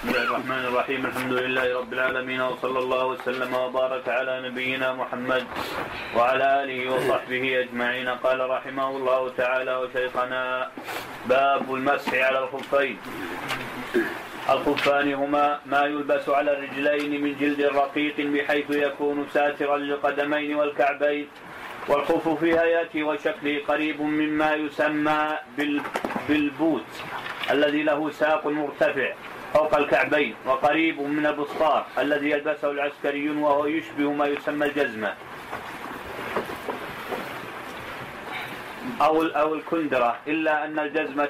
بسم الله الرحمن الرحيم. الحمد لله رب العالمين، وصلى الله وسلم وبارك على نبينا محمد وعلى آله وصحبه أجمعين. قال رحمه الله تعالى: وشيخنا باب المسح على الخفين. الخفان هما ما يلبس على الرجلين من جلد رقيق بحيث يكون ساترا للقدمين والكعبين، والخف في هيئته وشكله قريب مما يسمى بالبوت الذي له ساق مرتفع فوق الكعبين، وقريب من البسطار الذي يلبسه العسكريون وهو يشبه ما يسمى الجزمة أو الكندرة، إلا أن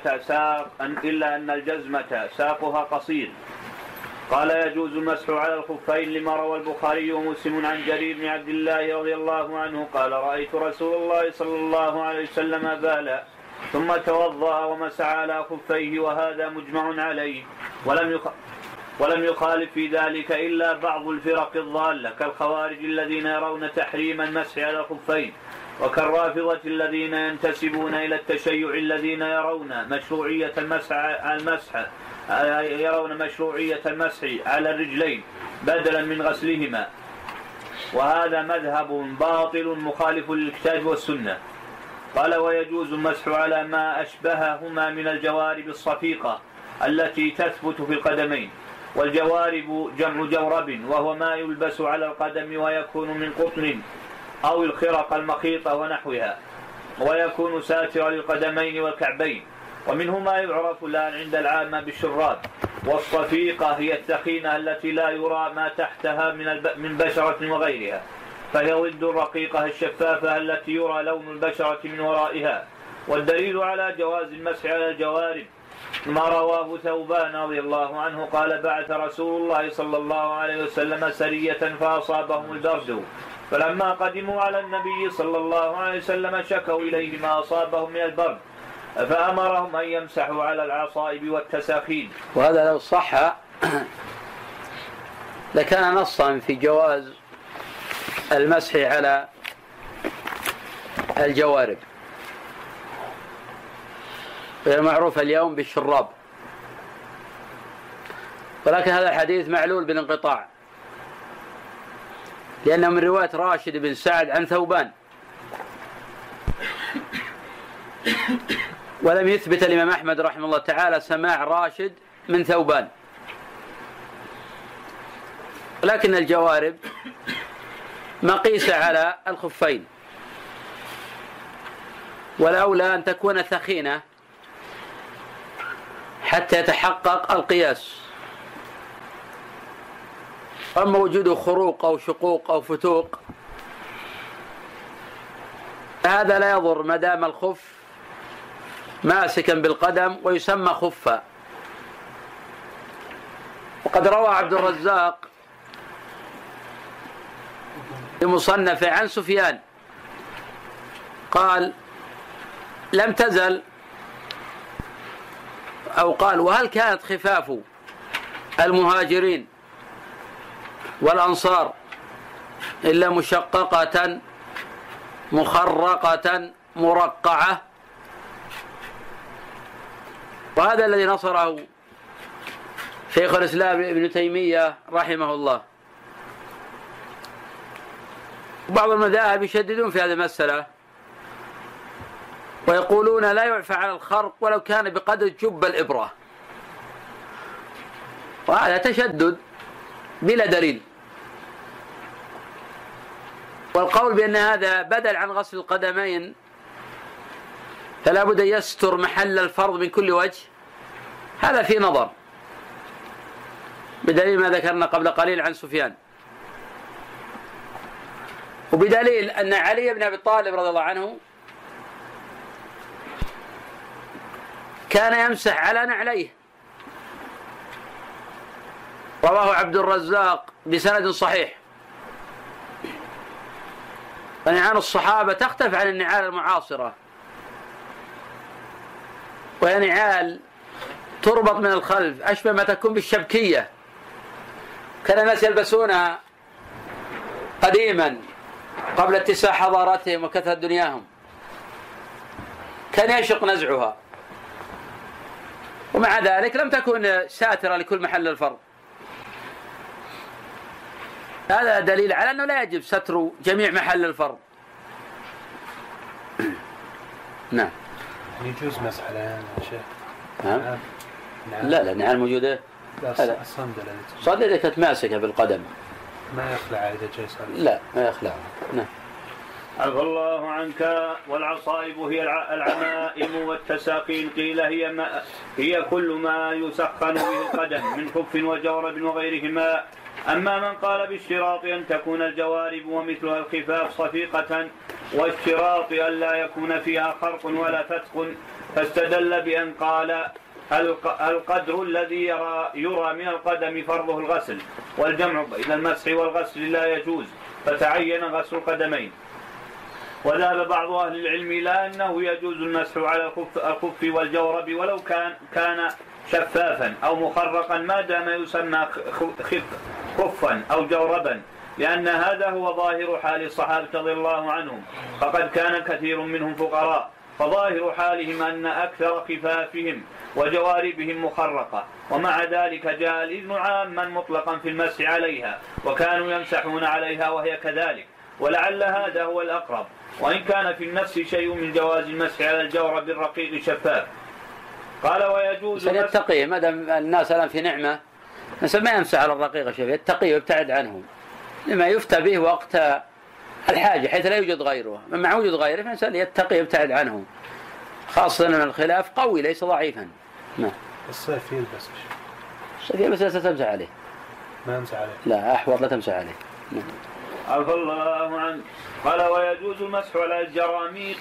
الجزمة ساقها قصير. قال: يجوز المسح على الخفين لما روى البخاري ومسلم عن جرير بن عبد الله رضي الله عنه قال: رأيت رسول الله صلى الله عليه وسلم بالا ثم توضأ ومسح على خفيه، وهذا مجمع عليه، ولم يخالف في ذلك إلا بعض الفرق الضالة كالخوارج الذين يرون تحريم المسح على الخفين، وكالرافضة الذين ينتسبون إلى التشيع الذين يرون مشروعية المسح على الرجلين بدلا من غسلهما، وهذا مذهب باطل مخالف للكتاب والسنة. قال: ويجوز المسح على ما أشبههما من الجوارب الصفيقة التي تثبت في القدمين، والجوارب جمع جورب، وهو ما يلبس على القدم ويكون من قطن أو الخرق المخيطة ونحوها، ويكون ساترا للقدمين والكعبين. ومنه ما يعرف الآن عند العامة بالشراب. والصفيقة هي الثخينة التي لا يرى ما تحتها من بشرة وغيرها، فهي ضد الرقيقة الشفافة التي يرى لون البشرة من ورائها. والدليل على جواز المسح على الجوارب ما رواه ثوبان رضي الله عنه قال: بعث رسول الله صلى الله عليه وسلم سرية فأصابهم البرد، فلما قدموا على النبي صلى الله عليه وسلم شكوا إليه ما أصابهم من البرد، فأمرهم أن يمسحوا على العصائب والتساخين. وهذا لو صح لكان نصا في جواز المسح على الجوارب، غير معروف اليوم بالشراب، ولكن هذا الحديث معلول بالانقطاع، لأنه من رواية راشد بن سعد عن ثوبان، ولم يثبت الإمام أحمد رحمه الله تعالى سماع راشد من ثوبان. ولكن الجوارب مقيسة على الخفين، والأولى أن تكون ثخينة حتى يتحقق القياس. أما وجود خروق أو شقوق أو فتوق هذا لا يضر ما دام الخف ماسكا بالقدم ويسمى خفا. وقد روى عبد الرزاق بمصنفه عن سفيان قال: لم تزل، أو قال: وهل كانت خفاف المهاجرين والأنصار إلا مشققة مخرقة مرقعة؟ وهذا الذي نصره شيخ الإسلام ابن تيمية رحمه الله. بعض المذاهب يشددون في هذه المسألة ويقولون لا يعفى على الخرق ولو كان بقدر جب الإبرة، وهذا تشدد بلا دليل. والقول بأن هذا بدل عن غسل القدمين فلا بد يستر محل الفرض من كل وجه، هذا في نظر، بدليل ما ذكرنا قبل قليل عن سفيان، وبدليل أن علي بن أبي طالب رضي الله عنه كان يمسح على نعليه، رواه عبد الرزاق بسند صحيح. فنعال الصحابة تختلف عن النعال المعاصرة، وهي نعال تربط من الخلف أشبه ما تكون بالشبكية، كان الناس يلبسونها قديما قبل اتساع حضارتهم وكثرة دنياهم، كان يشق نزعها. ومع ذلك لم تكن ساترة لكل محل الفرض. هذا دليل على أنه لا يجب ستر جميع محل الفرض. نعم. يجوز مسح العين يا شيخ؟ نعم. لا لا، النعال موجودة. الصندلة كانت ماسكة بالقدم. ما يخلع إذا جاي صلي. لا ما يخلع. نعم. عفى الله عنك. والعصائب هي العمائم والتساقين، قيل هي كل ما يسخن به القدم من خف وجورب وغيرهما. أما من قال باشتراط أن تكون الجوارب ومثلها الخفاف صفيقة، واشتراط أن لا يكون فيها خرق ولا فتق، فاستدل بأن قال القدر الذي يرى من القدم فرضه الغسل، والجمع بين المسح والغسل لا يجوز، فتعين غسل القدمين. وذهب بعض أهل العلم إلى أنه يجوز المسح على الخف والجورب ولو كان شفافا أو مخرقا ما دام يسمى خفا أو جوربا، لأن هذا هو ظاهر حال الصحابة رضي الله عنهم، فقد كان كثير منهم فقراء، فظاهر حالهم أن أكثر خفافهم وجواربهم مخرقة، ومع ذلك جاء الإذن عاما مطلقا في المسح عليها، وكانوا يمسحون عليها وهي كذلك، ولعل هذا هو الأقرب، وإن كان في النفس شيء من جواز المسح على الجورب الرقيق الشفاف. قال ويجوز يتقي ما دام الناس الآن في نعمة، مثلا ما يمسح على الرقيق الشفاف، يتقي ويبتعد عنه لما يفتى به وقت الحاجة حيث لا يوجد غيره. مع وجود غيره فالإنسان يتقي ويبتعد عنه، خاصة أن الخلاف قوي ليس ضعيفا. نعم. الصيف يلبس. الصيف يلبس لا تمسح عليه. ما يمسح عليه. لا أحوط لا تمسح عليه. نعم. عفى الله عنك. قال ويجوز المسح على الجراميق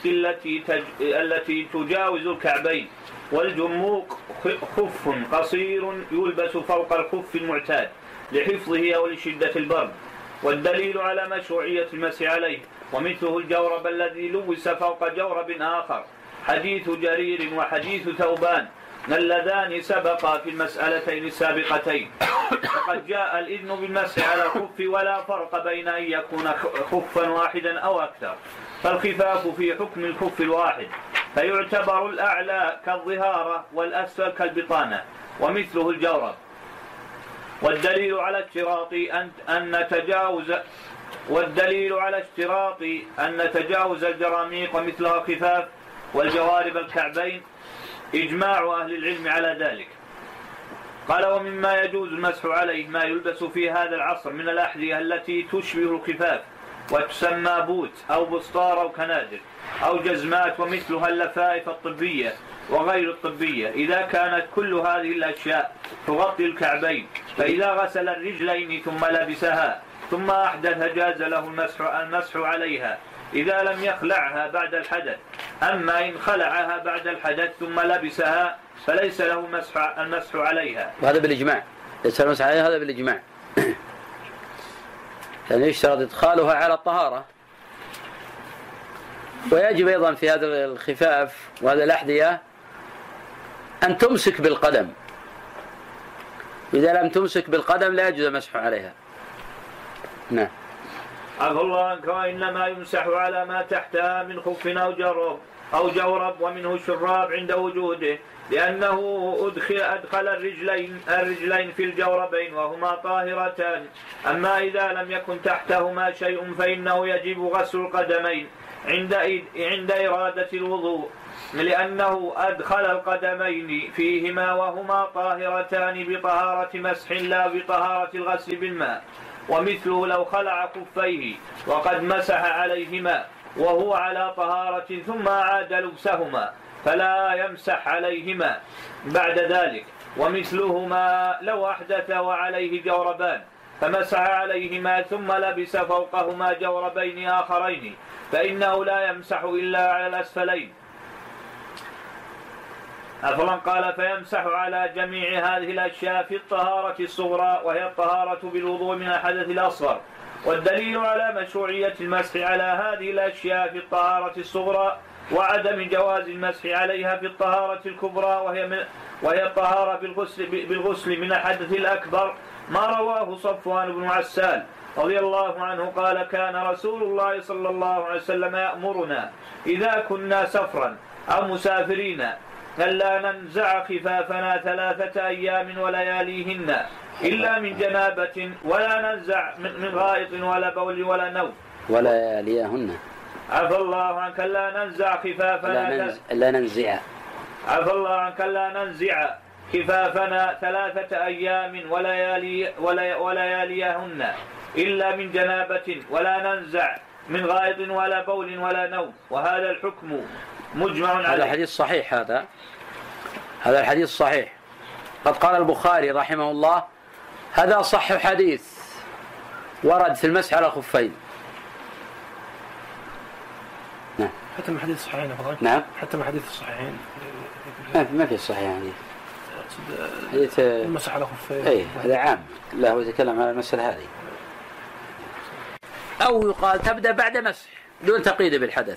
التي تجاوز الكعبين، والجموق خف قصير يلبس فوق الخف المعتاد لحفظه أو لشدة البرد، والدليل على مشروعية المسح عليه، ومثله الجورب الذي لبس فوق جورب آخر، حديث جرير وحديث ثوبان اللذان سبقا في المسألتين السابقتين. وقد جاء الإذن بالمسح على الخف ولا فرق بين أن يكون خفا واحدا أو أكثر، فالخفاف في حكم الخف الواحد، فيعتبر الأعلى كالظهارة والأسفل كالبطانة، ومثله الجورب. والدليل على اشتراط أن تجاوز الجراميق ومثلها الخفاف والجوارب الكعبين إجماع أهل العلم على ذلك. قال ومما يجوز المسح عليه ما يلبس في هذا العصر من الأحذية التي تشبه الخفاف وتسمى بوت أو بسطار أو كنادر أو جزمات، ومثلها اللفائف الطبية وغير الطبية، إذا كانت كل هذه الأشياء تغطي الكعبين، فإذا غسل الرجلين ثم لبسها ثم أحدث جاز له المسح عليها إذا لم يخلعها بعد الحدث. أما إن خلعها بعد الحدث ثم لبسها فليس له المسح عليها. وهذا بالإجماع، ليس المسح عليها، هذا بالإجماع. يعني يشترط إدخالها على الطهارة. ويجب أيضا في هذا الخفاف وهذا الأحذية أن تمسك بالقدم، إذا لم تمسك بالقدم لا يجوز المسح عليها. نعم. عفى الله عنك. وإنما يمسح على ما تحتها من خف أو جورب ومنه الشراب عند وجوده، لأنه أدخل الرجلين في الجوربين وهما طاهرتان. أما إذا لم يكن تحتهما شيء فإنه يجب غسل القدمين عند إرادة الوضوء، لأنه أدخل القدمين فيهما وهما طاهرتان بطهارة مسح لا بطهارة الغسل بالماء. ومثله لو خلع خفيه وقد مسح عليهما وهو على طهارة ثم عاد لبسهما فلا يمسح عليهما بعد ذلك. ومثلهما لو أحدث وعليه جوربان فمسح عليهما ثم لبس فوقهما جوربين آخرين فإنه لا يمسح إلا على الأسفلين. أفضل قال فيمسح على جميع هذه الأشياء في الطهارة الصغرى، وهي الطهارة بالوضوء من الحدث الأصغر. والدليل على مشروعية المسح على هذه الأشياء في الطهارة الصغرى وعدم جواز المسح عليها في الطهارة الكبرى وهي الطهارة بالغسل من الحدث الأكبر، ما رواه صفوان بن عسال رضي الله عنه قال كان رسول الله صلى الله عليه وسلم يأمرنا إذا كنا سفرا أو مسافرين كلا ننزع خفافنا 3 أيام ولياليهن إلا من جنابة ولا ننزع من غائط ولا بول ولا نوم ولياليهن. عفى الله عنك لا ننزع خفافنا لا ننزع. عفى الله عنك لا ننزع خفافنا 3 أيام ولياليهن إلا من جنابة ولا ننزع من غائط ولا بول ولا نوم. وهذا الحكم مجمع عليه. هذا الحديث صحيح. هذا الحديث صحيح. قد قال البخاري رحمه الله هذا صح حديث ورد في المسح على الخفين. نعم. حتى من حديث الصحيحين. نعم. حتى من حديث الصحيحين. ما في الصحيح حديث المسح على الخفين. اي هذا عام. لا هو يتكلم على المسألة هذه. أو يقال تبدأ بعد مسح دون تقييد بالحدث.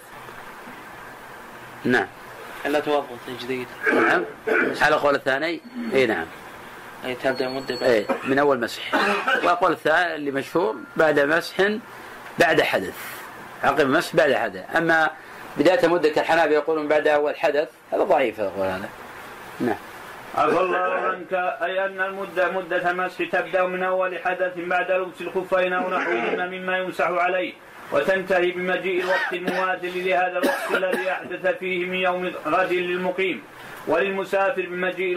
نعم. لا توضأ تجديد. نعم. على قول الثاني. اي نعم. أي تبدأ مدة بعد. اي من أول مسح. وقول الثاني اللي مشهور بعد مسح بعد حدث. عقب مسح بعد حدث. أما بداية مدة الحنابلة يقولون بعد أول حدث هذا ضعيف يقول هذا. نعم. عفى الله عنك أي أن مدة المسح تبدأ من أول حدث بعد لبس الخفين أو نحوهما مما يمسح عليه وتنتهي بمجيء الوقت المماثل لهذا الوقت الذي أحدث فيه من يوم غد للمقيم وللمسافر بمجيء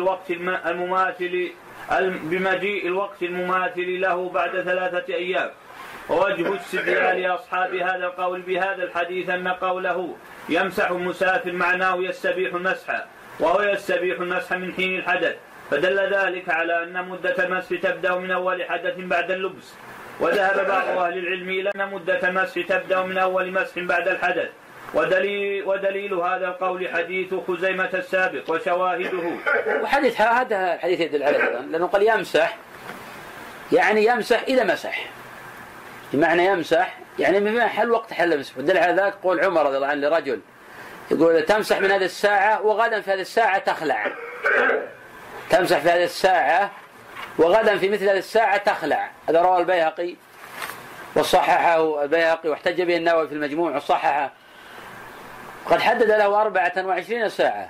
الوقت المماثل له بعد 3 أيام. ووجه استدلال أصحاب هذا القول بهذا الحديث أن قوله يمسح المسافر معناه يستبيح المسح وهو يستبيح المسح من حين الحدث فدل ذلك على أن مدة المسح تبدأ من أول حدث بعد اللبس. وذهب بعض أهل العلم إلى أن مدة المسح تبدأ من أول مسح بعد الحدث ودليل هذا القول حديث خزيمة السابق وشواهده. وحديث هذا الحديث يدل على هذا لأنه قال يمسح يعني يمسح إذا مسح بمعنى يمسح يعني من محل وقت حل مسح. ودل على ذلك قول عمر رضي الله عنه لرجل يقول تمسح من هذه الساعة وغدا في هذه الساعة تخلع. تمسح في هذه الساعة وغدا في مثل هذه الساعة تخلع. هذا رواه البيهقي وصححه البيهقي واحتج به النووي في المجموع وصححه. قد حدد له 24 ساعة.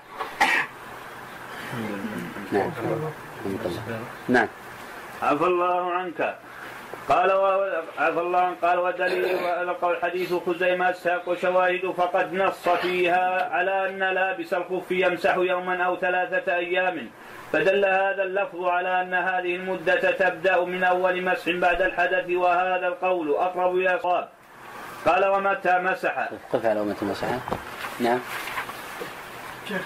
نعم. نعم. عفى الله عنك قال ودليل القول حديث خزيمة الساق وشواهد فقد نص فيها على أن لابس الخف يمسح يوما أو 3 أيام فدل هذا اللفظ على أن هذه المدة تبدأ من أول مسح بعد الحدث وهذا القول أقرب إلى الصواب. قال ومتى مسح. قف على ومتى مسح. نعم. شيخ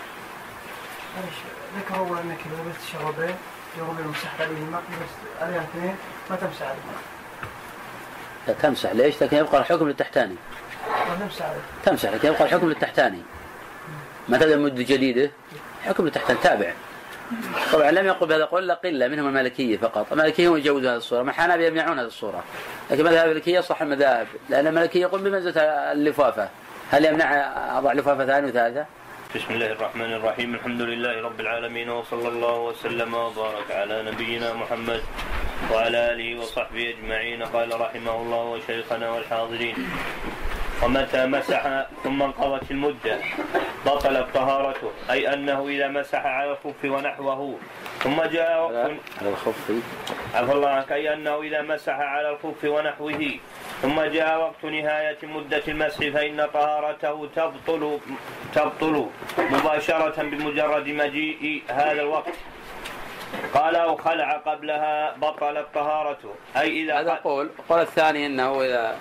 ذكروا أنك إذا لبست شرابين يغلب المسح عليهما بس عليها 2 ما تمسح عليهما. لا تمسح ليش؟ لكن يبقى الحكم للتحتاني. تمسح لكن يبقى الحكم للتحتاني. ما تبدأ مدة جديدة حكم للتحتاني تابع. طبعا لم يقل بهذا قول قلة منهم المالكية فقط. المالكية هم يجوزون هذه الصورة. ما حنابلة يمنعون هذه الصورة. لكن مذهب المالكية صح المذاهب لأن المالكية يقول بمنزلة اللفافة. هل يمنع أضع لفافة ثانية وثالثة؟ بسم الله الرحمن الرحيم. الحمد لله رب العالمين وصلى الله وسلم وبارك على نبينا محمد وعلى آله وصحبه أجمعين. قال رحمه الله وشيخنا والحاضرين ومتى مسح ثم انقضت المدة بطلت طهارته أي أنه إذا مسح على الخف ونحوه ثم جاء وقت على الخف عفى الله عنك أي أنه إذا مسح على الخف ونحوه ثم جاء وقت نهاية مدة المسح فإن طهارته تبطل مباشرة بمجرد مجيء هذا الوقت. قال أو خلع قبلها بطلت طهارته أي إذا هذا قول الثاني أنه إذا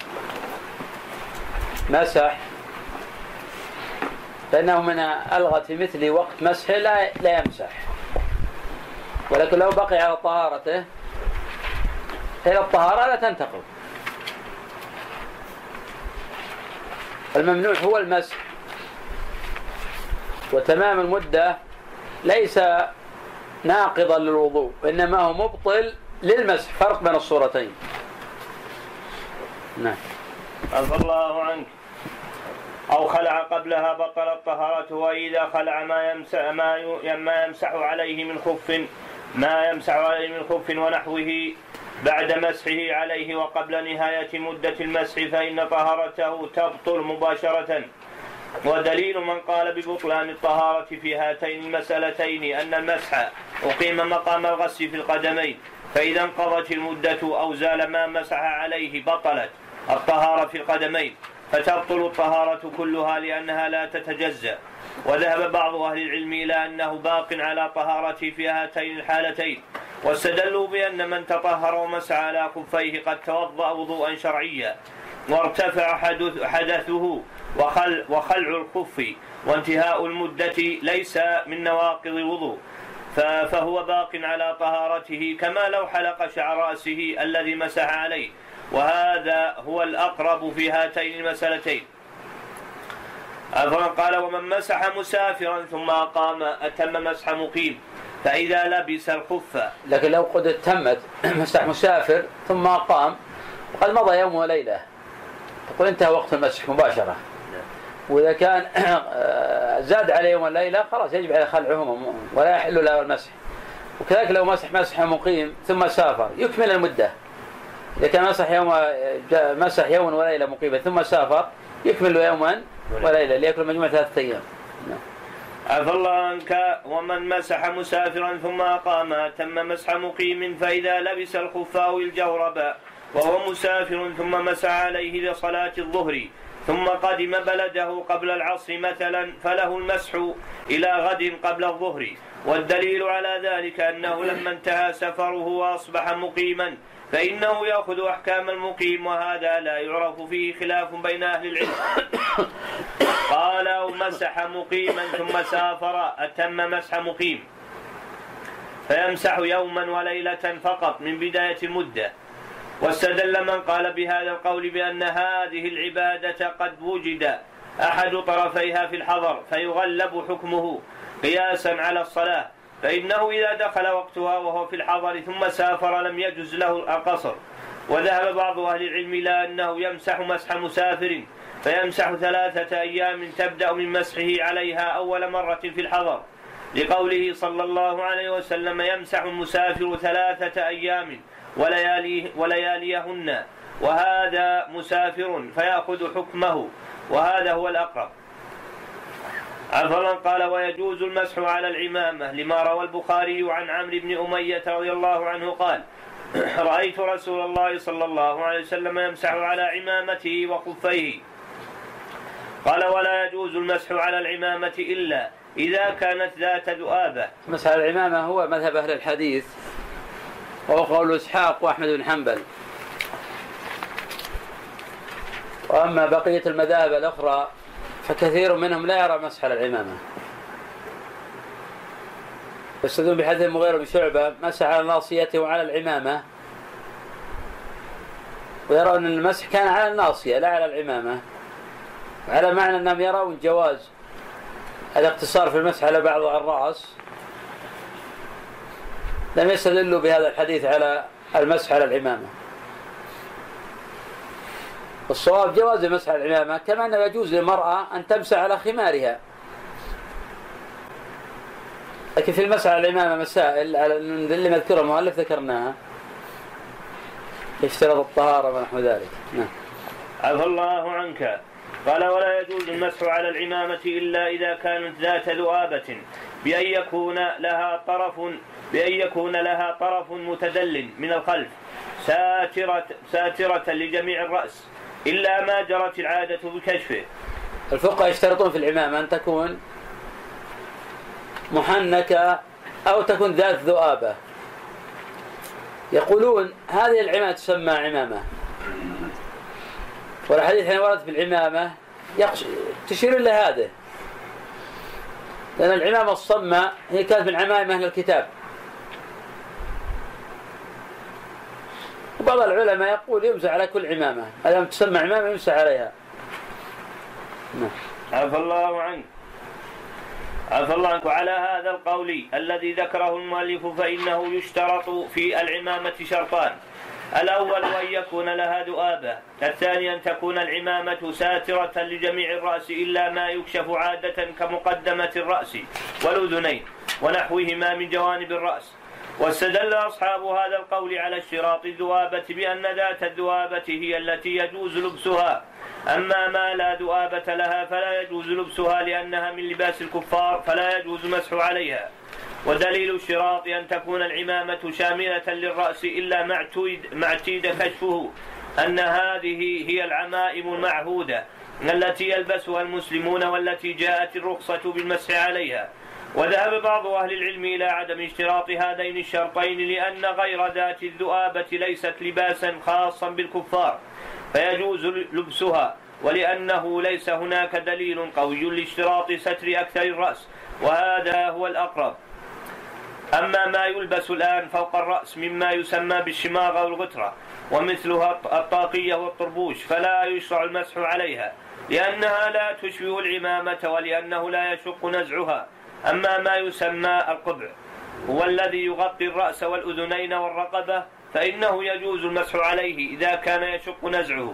مسح فإنه من ألغت في مثل وقت مسح لا يمسح ولكن لو بقي على طهارته إلى الطهارة لا تنتقض. الممنوع هو المسح وتمام المدة ليس ناقضا للوضوء وإنما هو مبطل للمسح. فرق بين الصورتين. نعم. عفى الله عنك أو خلع قبلها بطلت طهارته وإذا خلع ما يمسح عليه من خف ونحوه بعد مسحه عليه وقبل نهاية مدة المسح فإن طهارته تبطل مباشرة ودليل من قال ببطلان الطهارة في هاتين المسألتين أن المسح أقيم مقام الغسل في القدمين، فإذا انقضت المدة أو زال ما مسح عليه بطلت الطهارة في القدمين، فتبطل الطهارة كلها لأنها لا تتجزأ. وذهب بعض أهل العلم إلى أنه باق على طهارته في هاتين الحالتين، واستدلوا بأن من تطهر ومسح على خفيه قد توضأ وضوءا شرعيا وارتفع حدثه، وخلع الخف وانتهاء المدة ليس من نواقض الوضوء، فهو باق على طهارته كما لو حلق شعر رأسه الذي مسح عليه، وهذا هو الأقرب في هاتين المسألتين. قال ومن مسح مسافرا ثم أقام أتم مسح مقيم، فإذا لبس الخف. لكن لو قد تمت مسح مسافر ثم أقام وقد مضى يوم وليلة تقول انتهى وقت المسح مباشرة، وإذا كان زاد عليه يوم وليلة خلاص يجب عليه خلعهما ولا يحل له المسح. وكذلك لو مسح مقيم ثم سافر يكمل المدة، إذا كان مسح يوم وليلة مقيمة ثم سافر يكمل يوما وليلة ليأكل مجموعة 3 أيام. عفى الله عنك. ومن مسح مسافرا ثم أقام تم مسح مقيم، فإذا لبس الخف أو الجورب وهو مسافر ثم مسح عليه لصلاة الظهر ثم قدم بلده قبل العصر مثلا فله المسح إلى غد قبل الظهر. والدليل على ذلك أنه لما انتهى سفره وأصبح مقيما فإنه يأخذ أحكام المقيم، وهذا لا يعرف فيه خلاف بين أهل العلم. قال أو مسح مقيما ثم سافر أتم مسح مقيم، فيمسح يوما وليلة فقط من بداية المدة. واستدل من قال بهذا القول بأن هذه العبادة قد وجد أحد طرفيها في الحضر فيغلب حكمه قياسا على الصلاة، فإنه إذا دخل وقتها وهو في الحضر ثم سافر لم يجز له القصر. وذهب بعض أهل العلم إلى أنه يمسح مسح مسافر، فيمسح 3 أيام تبدأ من مسحه عليها أول مرة في الحضر، لقوله صلى الله عليه وسلم يمسح المسافر 3 أيام ولياليهن، وهذا مسافر فيأخذ حكمه، وهذا هو الأقرب. عفوا. قال ويجوز المسح على العمامة لما روى البخاري عن عمرو بن أمية رضي الله عنه قال رأيت رسول الله صلى الله عليه وسلم يمسح على عمامته وخفيه. قال ولا يجوز المسح على العمامة إلا إذا كانت ذات ذؤابة. مسح على العمامة هو مذهب أهل الحديث، وهو قول إسحاق وأحمد بن حنبل. وأما بقية المذاهب الأخرى فكثير منهم لا يرى مسح على العمامة، يستدلون بحديث المغيرة بن شعبة مسح على ناصيته وعلى العمامة، ويرون أن المسح كان على الناصية لا على العمامة، على معنى أنهم يرون جواز الاقتصار في المسح على بعض الرأس. لم يستدلوا بهذا الحديث على المسح على العمامة. والصواب جواز المسح على العمامة، كما أنه يجوز للمرأة أن تمسح على خمارها. لكن في المسح على العمامة مسائل على اللي مذكرها المؤلف ذكرناها، يشترط الطهارة ونحو ذلك. عفى الله عنك. قال ولا يجوز المسح على العمامة إلا إذا كانت ذات ذؤابة بأن يكون لها طرف متدل من الخلف ساترة لجميع الرأس إلا ما جرت العادة بكشفه. الفقهاء يشترطون في العمامة أن تكون محنكة أو تكون ذات ذؤابة. يقولون هذه العمامة تسمى عمامة، والحديث حين ورد في العمامة تشير إلى هذا، لأن العمامة الصمة هي كانت من عمائم أهل الكتاب. وبعض العلماء يقول يمسح على كل عمامة، ألم تسمى عمامة يمسح عليها. عفى الله عنك. وعلى هذا القول الذي ذكره المؤلف فإنه يشترط في العمامة شرطان: الأول أن يكون لها ذؤابة، الثاني أن تكون العمامة ساترة لجميع الرأس إلا ما يكشف عادة كمقدمة الرأس والأذنين ونحوهما من جوانب الرأس. واستدل أصحاب هذا القول على اشتراط الذؤابة بأن ذات الذؤابة هي التي يجوز لبسها، أما ما لا ذؤابة لها فلا يجوز لبسها لأنها من لباس الكفار فلا يجوز المسح عليها. ودليل الشراط أن تكون العمامة شاملة للرأس إلا ما اعتيد كشفه، أن هذه هي العمائم المعهودة التي يلبسها المسلمون والتي جاءت الرخصة بالمسح عليها. وذهب بعض أهل العلم إلى عدم اشتراط هذين الشرطين لأن غير ذات الذؤابة ليست لباسا خاصا بالكفار فيجوز لبسها، ولأنه ليس هناك دليل قوي لاشتراط ستر أكثر الرأس، وهذا هو الأقرب. أما ما يلبس الآن فوق الرأس مما يسمى بالشماغ أو الغترة ومثلها الطاقية والطربوش فلا يشرع المسح عليها لأنها لا تشبه العمامة ولأنه لا يشق نزعها. أما ما يسمى القبع هو الذي يغطي الرأس والأذنين والرقبة فإنه يجوز المسح عليه إذا كان يشق نزعه.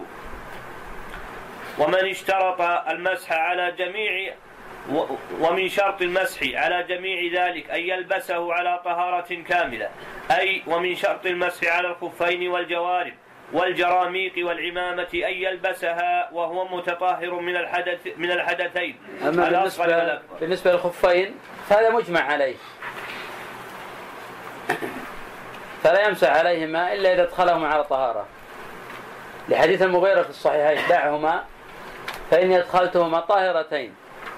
ومن اشترط المسح على جميع ومن شرط المسح على جميع ذلك أن يلبسه على طهارة كاملة، أي ومن شرط المسح على الخفين والجوارب والجراميق والعمامة أن يلبسها وهو متطهر من الحدثين. أما بالنسبة للخفين فهذا مجمع عليه، فلا يمسح عليهما إلا إذا ادخلهما على طهارة، لحديث المغيرة في الصحيحين دعهما فإني أدخلتهما طاهرتين.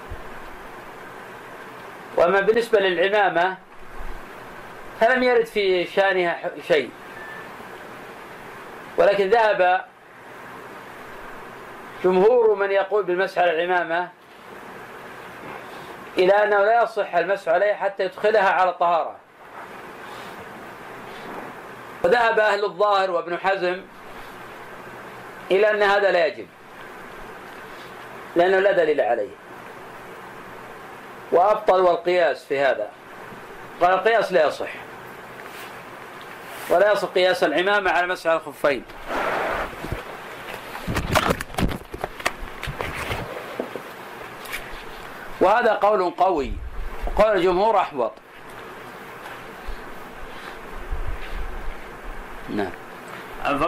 وأما بالنسبة للعمامة فلم يرد في شأنها شيء، ولكن ذهب جمهور من يقول بالمسح على العمامة إلى أنه لا يصح المسح عليها حتى يدخلها على الطهارة. وذهب أهل الظاهر وابن حزم إلى أن هذا لا يجب لأنه لا دليل عليه، وأبطلوا القياس في هذا، قال القياس لا يصح ولا يصح قياس العمامة على مسح الخفين. وهذا قول قوي، وقول الجمهور أحوط. نعم. عفى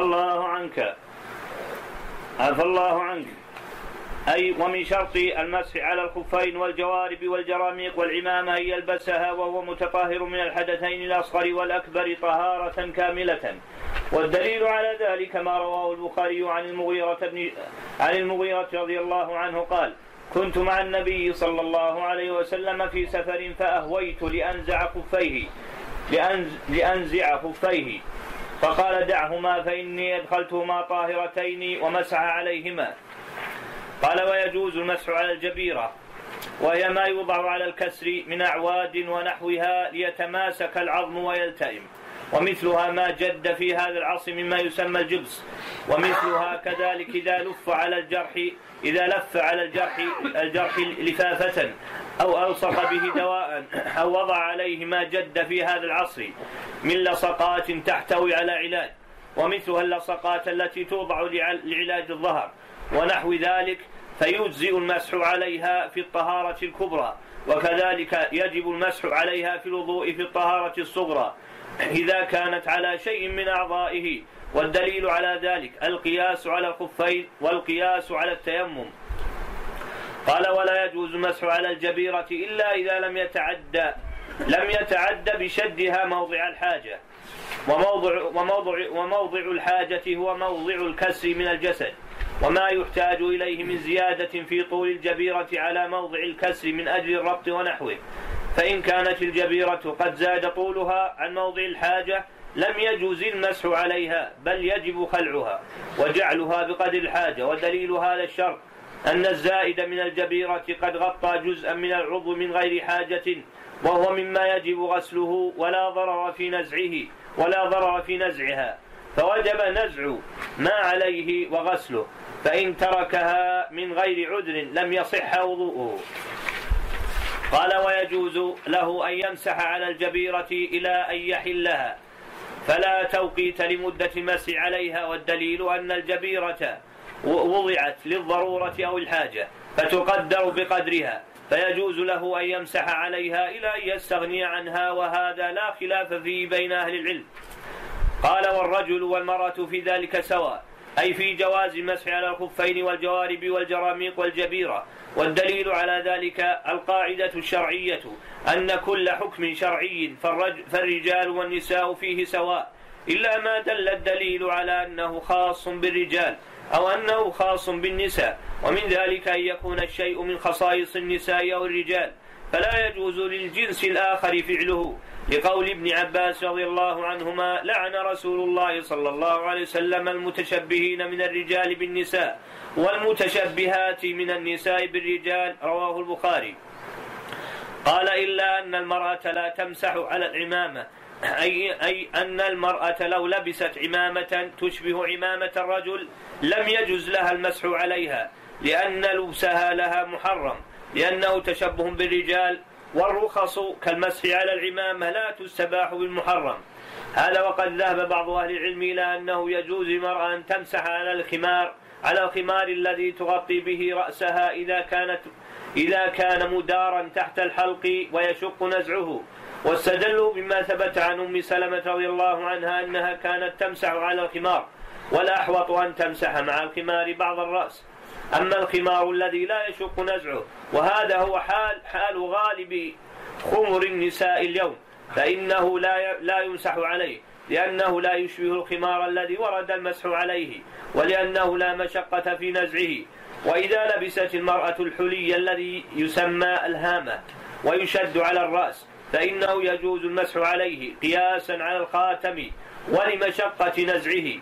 الله عنك أي ومن شرط المسح على الخفين والجوارب والجراميق والعمامة أن يلبسها وهو متطهر من الحدثين الأصغر والأكبر طهارة كاملة. والدليل على ذلك ما رواه البخاري عن المغيرة رضي الله عنه قال: كنت مع النبي صلى الله عليه وسلم في سفر فأهويت لأنزع خفيه فقال: دعهما فإني أدخلتهما طاهرتين ومسح عليهما. قال: ويجوز المسح على الجبيرة وهي ما يوضع على الكسر من أعواد ونحوها ليتماسك العظم ويلتئم، ومثلها ما جد في هذا العصر مما يسمى الجبس، ومثلها كذلك إذا لف على الجرح لفافة أو ألصق به دواء أو وضع عليه ما جد في هذا العصر من لصقات تحتوي على علاج، ومثلها اللصقات التي توضع لعلاج الظهر ونحو ذلك، فيجزئ المسح عليها في الطهارة الكبرى، وكذلك يجب المسح عليها في الوضوء في الطهارة الصغرى إذا كانت على شيء من أعضائه. والدليل على ذلك القياس على الخفين والقياس على التيمم. قال: ولا يجوز المسح على الجبيرة إلا إذا لم يتعد بشدها موضع الحاجة، وموضع الحاجة هو موضع الكسر من الجسد، وما يحتاج إليه من زيادة في طول الجبيرة على موضع الكسر من أجل الربط ونحوه. فإن كانت الجبيرة قد زاد طولها عن موضع الحاجة لم يجوز المسح عليها، بل يجب خلعها وجعلها بقدر الحاجة. ودليل هذا الشرط أن الزائد من الجبيرة قد غطى جزءا من العضو من غير حاجة، وهو مما يجب غسله ولا ضرر في نزعها، فوجب نزع ما عليه وغسله، فإن تركها من غير عذر لم يصح وضوءه. قال: ويجوز له أن يمسح على الجبيرة إلى أن يحلها، فلا توقيت لمدة المسح عليها. والدليل أن الجبيرة وضعت للضرورة أو الحاجة فتقدر بقدرها، فيجوز له أن يمسح عليها إلى أن يستغني عنها، وهذا لا خلاف فيه بين أهل العلم. قال: والرجل والمرأة في ذلك سواء، أي في جواز المسح على الخفين والجوارب والجراميق والجبيرة. والدليل على ذلك القاعدة الشرعية أن كل حكم شرعي فالرجال والنساء فيه سواء، إلا ما دل الدليل على أنه خاص بالرجال أو أنه خاص بالنساء، ومن ذلك أن يكون الشيء من خصائص النساء أو الرجال، فلا يجوز للجنس الآخر فعله، لقول ابن عباس رضي الله عنهما: لعن رسول الله صلى الله عليه وسلم المتشبهين من الرجال بالنساء والمتشبهات من النساء بالرجال، رواه البخاري. قال: إلا أن المرأة لا تمسح على العمامة، أي أن المرأة لو لبست عمامة تشبه عمامة الرجل لم يجز لها المسح عليها، لأن لبسها لها محرم، لأنه تشبه بالرجال، والرخص كالمسح على العمامة لا تستباح بالمحرم. هذا وقد ذهب بعض أهل العلم إلى أنه يجوز للمرأة أن تمسح على الخمار الذي تغطي به رأسها إذا كان مدارا تحت الحلق ويشق نزعه، واستدلوا بما ثبت عن أم سلمة رضي الله عنها أنها كانت تمسح على الخمار، والأحوط أن تمسح مع الخمار بعض الرأس، أما الخمار الذي لا يشق نزعه، وهذا هو حال غالب خمر النساء اليوم، فإنه لا يمسح عليه، لأنه لا يشبه الخمار الذي ورد المسح عليه، ولأنه لا مشقة في نزعه. وإذا لبست المرأة الحلي الذي يسمى الهامة ويشد على الرأس فإنه يجوز المسح عليه قياسا على الخاتم ولمشقة نزعه.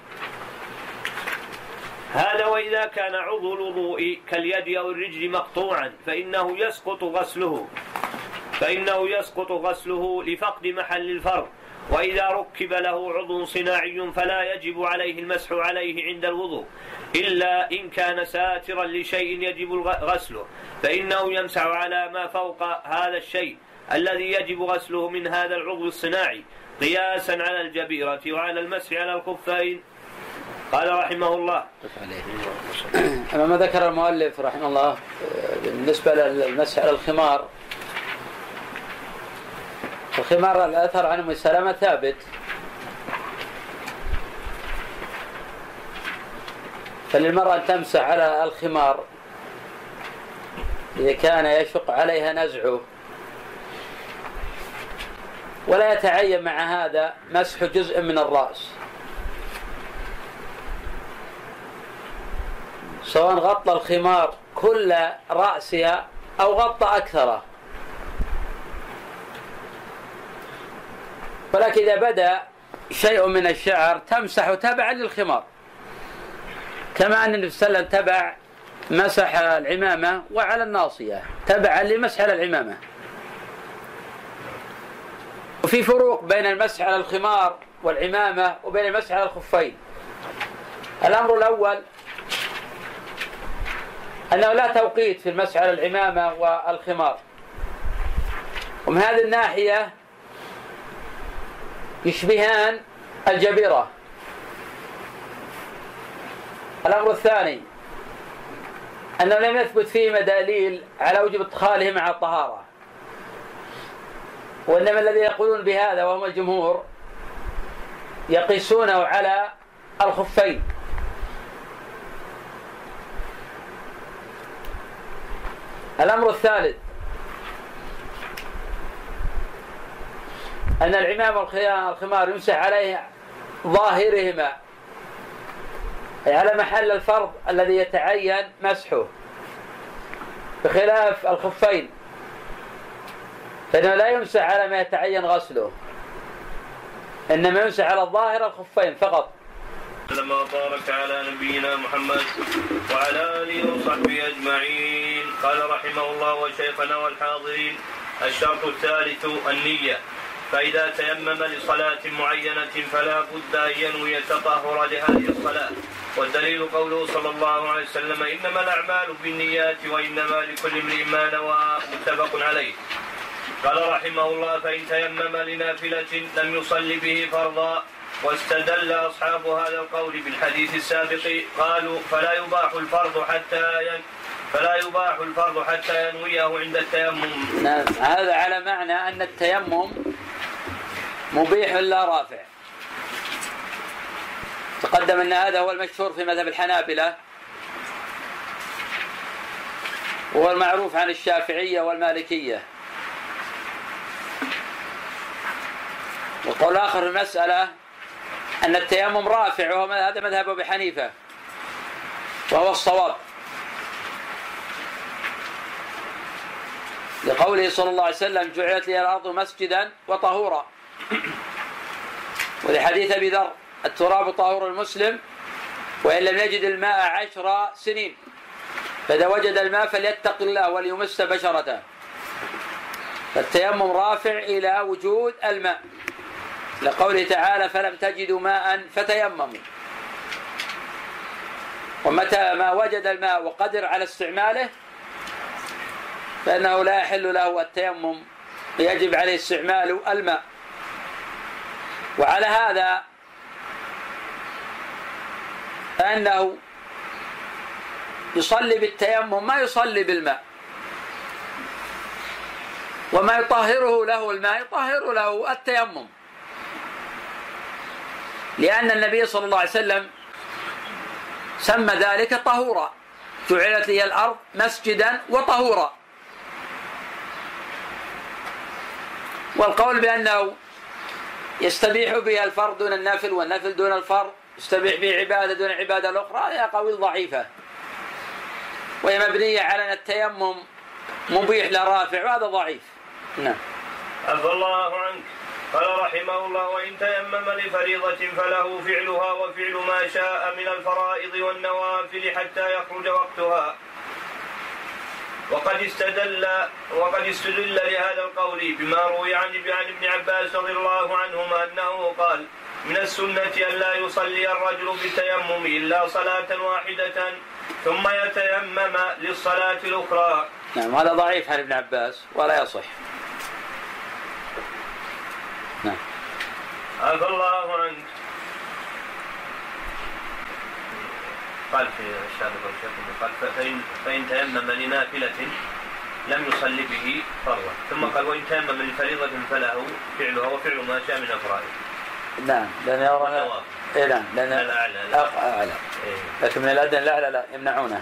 هذا وإذا كان عضو الوضوء كاليد أو الرجل مقطوعا فإنه يسقط غسله لفقد محل الفرض. وإذا ركب له عضو صناعي فلا يجب عليه المسح عليه عند الوضوء، إلا إن كان ساترا لشيء يجب غسله، فإنه يمسح على ما فوق هذا الشيء الذي يجب غسله من هذا العضو الصناعي، قياسا على الجبيرة وعلى المسح على الخفين. قال رحمه الله: أما ما ذكر المؤلف رحمه الله بالنسبة للمسح على الخمار، الخمار الأثر عن أم سلمة ثابت، فللمرأة أن تمسح على الخمار إذا كان يشق عليها نزعه، ولا يتعين مع هذا مسح جزء من الرأس، سواء غطى الخمار كل رأسها أو غطى أكثره. ولكن إذا بدأ شيء من الشعر تمسح تبعا للخمار، كما أن النبي صلى الله عليه وسلم مسح العمامة وعلى الناصية تبعا لمسح على العمامة. وفي فروق بين المسح على الخمار والعمامة وبين المسح على الخفين. الأمر الأول أنه لا توقيت في المسح على العمامة والخمار، ومن هذه الناحية يشبهان الجبيرة. الأمر الثاني أنه لم يثبت فيهما دليل على وجوب ادخاله مع الطهارة، وإنما الذي يقولون بهذا وهم الجمهور يقيسونه على الخفين. الأمر الثالث أن العمام والخمار يمسح عليه ظاهرهما، أي على محل الفرض الذي يتعين مسحه، بخلاف الخفين فإنه لا يمسح على ما يتعين غسله، إنما يمسح على الظاهر الخفين فقط. لما بارك على نبينا محمد وعلى آله وصحبه أجمعين. قال رحمه الله: وشيخنا والحاضرين، الشرط الثالث النية، فإذا تيمم لصلاة معينة فلا بد أن ينوي التطهر لهذه الصلاة، والدليل قوله صلى الله عليه وسلم: إنما الأعمال بالنيات وإنما لكل امرئ ما نوى، متفق عليه. قال رحمه الله: فإن تيمم لنافلة لم يصلي به فرضا. واستدل أصحاب هذا القول بالحديث السابق، قالوا: فلا يباح الفرض فلا يباح الفرض حتى ينويه عند التيمم. نعم، هذا على معنى أن التيمم مبيح لا رافع. تقدم أن هذا هو المشهور في مذهب الحنابلة، وهو المعروف عن الشافعية والمالكية. وقول آخر في المسألة أن التيمم رافع، وهو هذا مذهب أبي حنيفة وهو الصواب، لقوله صلى الله عليه وسلم: جعلت لي الأرض مسجدا وطهورا. ولحديث أبي ذر: التراب طهور المسلم وإن لم يجد الماء 10 سنين، فإذا وجد الماء فليتق الله وليمس بشرته. فالتيمم رافع إلى وجود الماء، لقوله تعالى: فلم تجدوا ماء فتيمموا. ومتى ما وجد الماء وقدر على استعماله فإنه لا يحل له التيمم، يجب عليه استعمال الماء. وعلى هذا فإنه يصلي بالتيمم ما يصلي بالماء، وما يطهره له الماء يطهر له التيمم، لأن النبي صلى الله عليه وسلم سمى ذلك طهورا: جعلت لي الأرض مسجدا وطهورا. والقول بأنه يستبيح به الفرض دون النفل والنفل دون الفرض، يستبيح به عبادة دون العبادة الأخرى، هي قول ضعيفة، وهي مبنية على أن التيمم مبيح لرافع، وهذا ضعيف. نعم. عفى الله عنك. قال رحمه الله: وإن تيمم لفريضة فله فعلها وفعل ما شاء من الفرائض والنوافل حتى يخرج وقتها. وقد استدل لهذا القول بما روي عن ابن عباس رضي الله عنهما أنه قال: من السنة أن لا يصلي الرجل بالتيمم إلا صلاة واحدة ثم يتيمم للصلاة الأخرى. نعم، هذا ضعيف عن ابن عباس ولا يصح. نعم. عفى الله عنك. قال في الشاذ قال: فإن تيمم لنافلة لم يصلي به فرضا، ثم قال: وإن تيمم لفريضة فله فعلها وفعل ما شاء من الفرائض. نعم، لأن يرى نعم، لأن الأعلى، لكن من الأدنى الأعلى لا يمنعونه.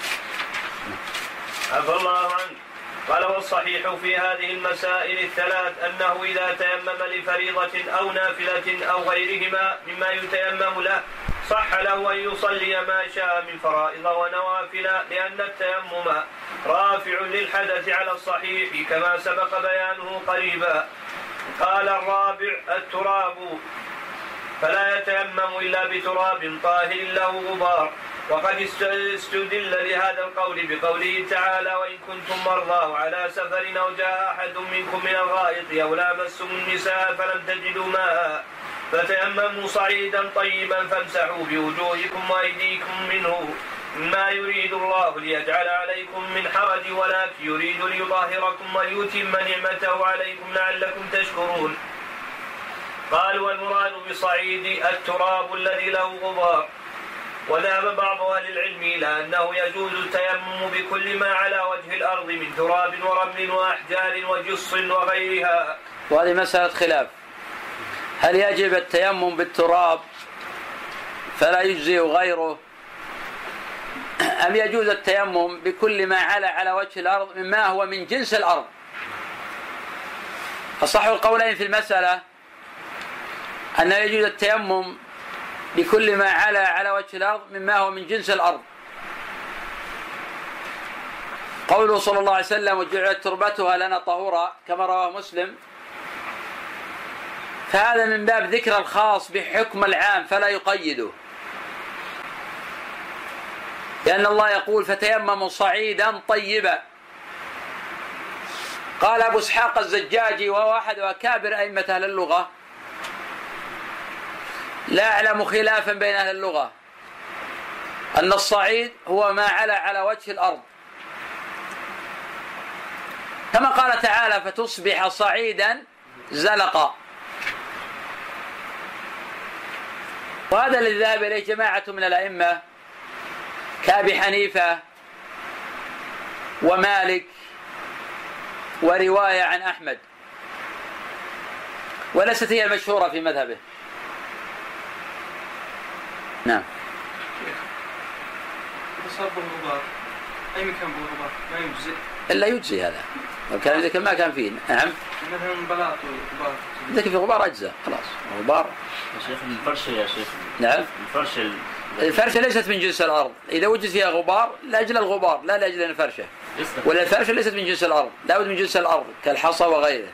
عفى الله عنك. قال: والصحيح في هذه المسائل الثلاث أنه إذا تيمم لفريضة أو نافلة أو غيرهما مما يتيمم له صح له أن يصلي ما شاء من فرائض ونوافل، لأن التيمم رافع للحدث على الصحيح كما سبق بيانه قريبا. قال الرابع: التراب، فلا يتيمم إلا بتراب طاهر له غبار. وقد استدل لهذا القول بقوله تعالى: وإن كنتم مرضى على سفر أو جاء أحد منكم من الغائط أو لامستم النساء فلم تجدوا ماء فتيمموا صعيدا طيبا فامسحوا بوجوهكم وأيديكم منه، ما يريد الله ليجعل عليكم من حرج ولكن يريد ليطهركم وليتم نعمته عليكم لعلكم تشكرون. قالوا: والمراد بصعيد التراب الذي له غبار. وذهب بعض أهل العلم إلى أنه يجوز التيمم بكل ما على وجه الأرض من تراب ورمل وأحجار وجص وغيرها. وهذه مسألة خلاف، هل يجب التيمم بالتراب فلا يجزي غيره، أم يجوز التيمم بكل ما على وجه الأرض مما هو من جنس الأرض؟ أصح القولين في المسألة أن يجوز التيمم بكل ما على وجه الأرض مما هو من جنس الأرض. قوله صلى الله عليه وسلم: وجعلت تربتها لنا طهورا، كما رواه مسلم، فهذا من باب ذكر الخاص بحكم العام فلا يقيده، لأن الله يقول: فتيمموا صعيدا طيبا. قال أبو إسحاق الزجاجي وهو أحد أكابر أئمة أهل اللغة: لا أعلم خلافا بين أهل اللغة أن الصعيد هو ما على وجه الأرض، كما قال تعالى: فتصبح صعيدا زلقا. وهذا الذي ذهب إليه جماعة من الأئمة كأبي حنيفة ومالك ورواية عن أحمد، وليست هي المشهورة في مذهبه. نعم. صار بالغبار أي مكان بالغبار ما يجزئ إلا يجزي هذا لو كان إذا ما كان فيه. نعم. مثلا بلاط وغبار إذا كان في غبار أجزاء خلاص. غبار. يا شيخ الفرشة يا شيخ. نعم. الفرشة ليست من جنس الأرض. إذا وجد فيها غبار لأجل الغبار لا لأجل الفرشة. ولا الفرشة ليست من جنس الأرض، لا بد من جنس الأرض كالحصى وغيره.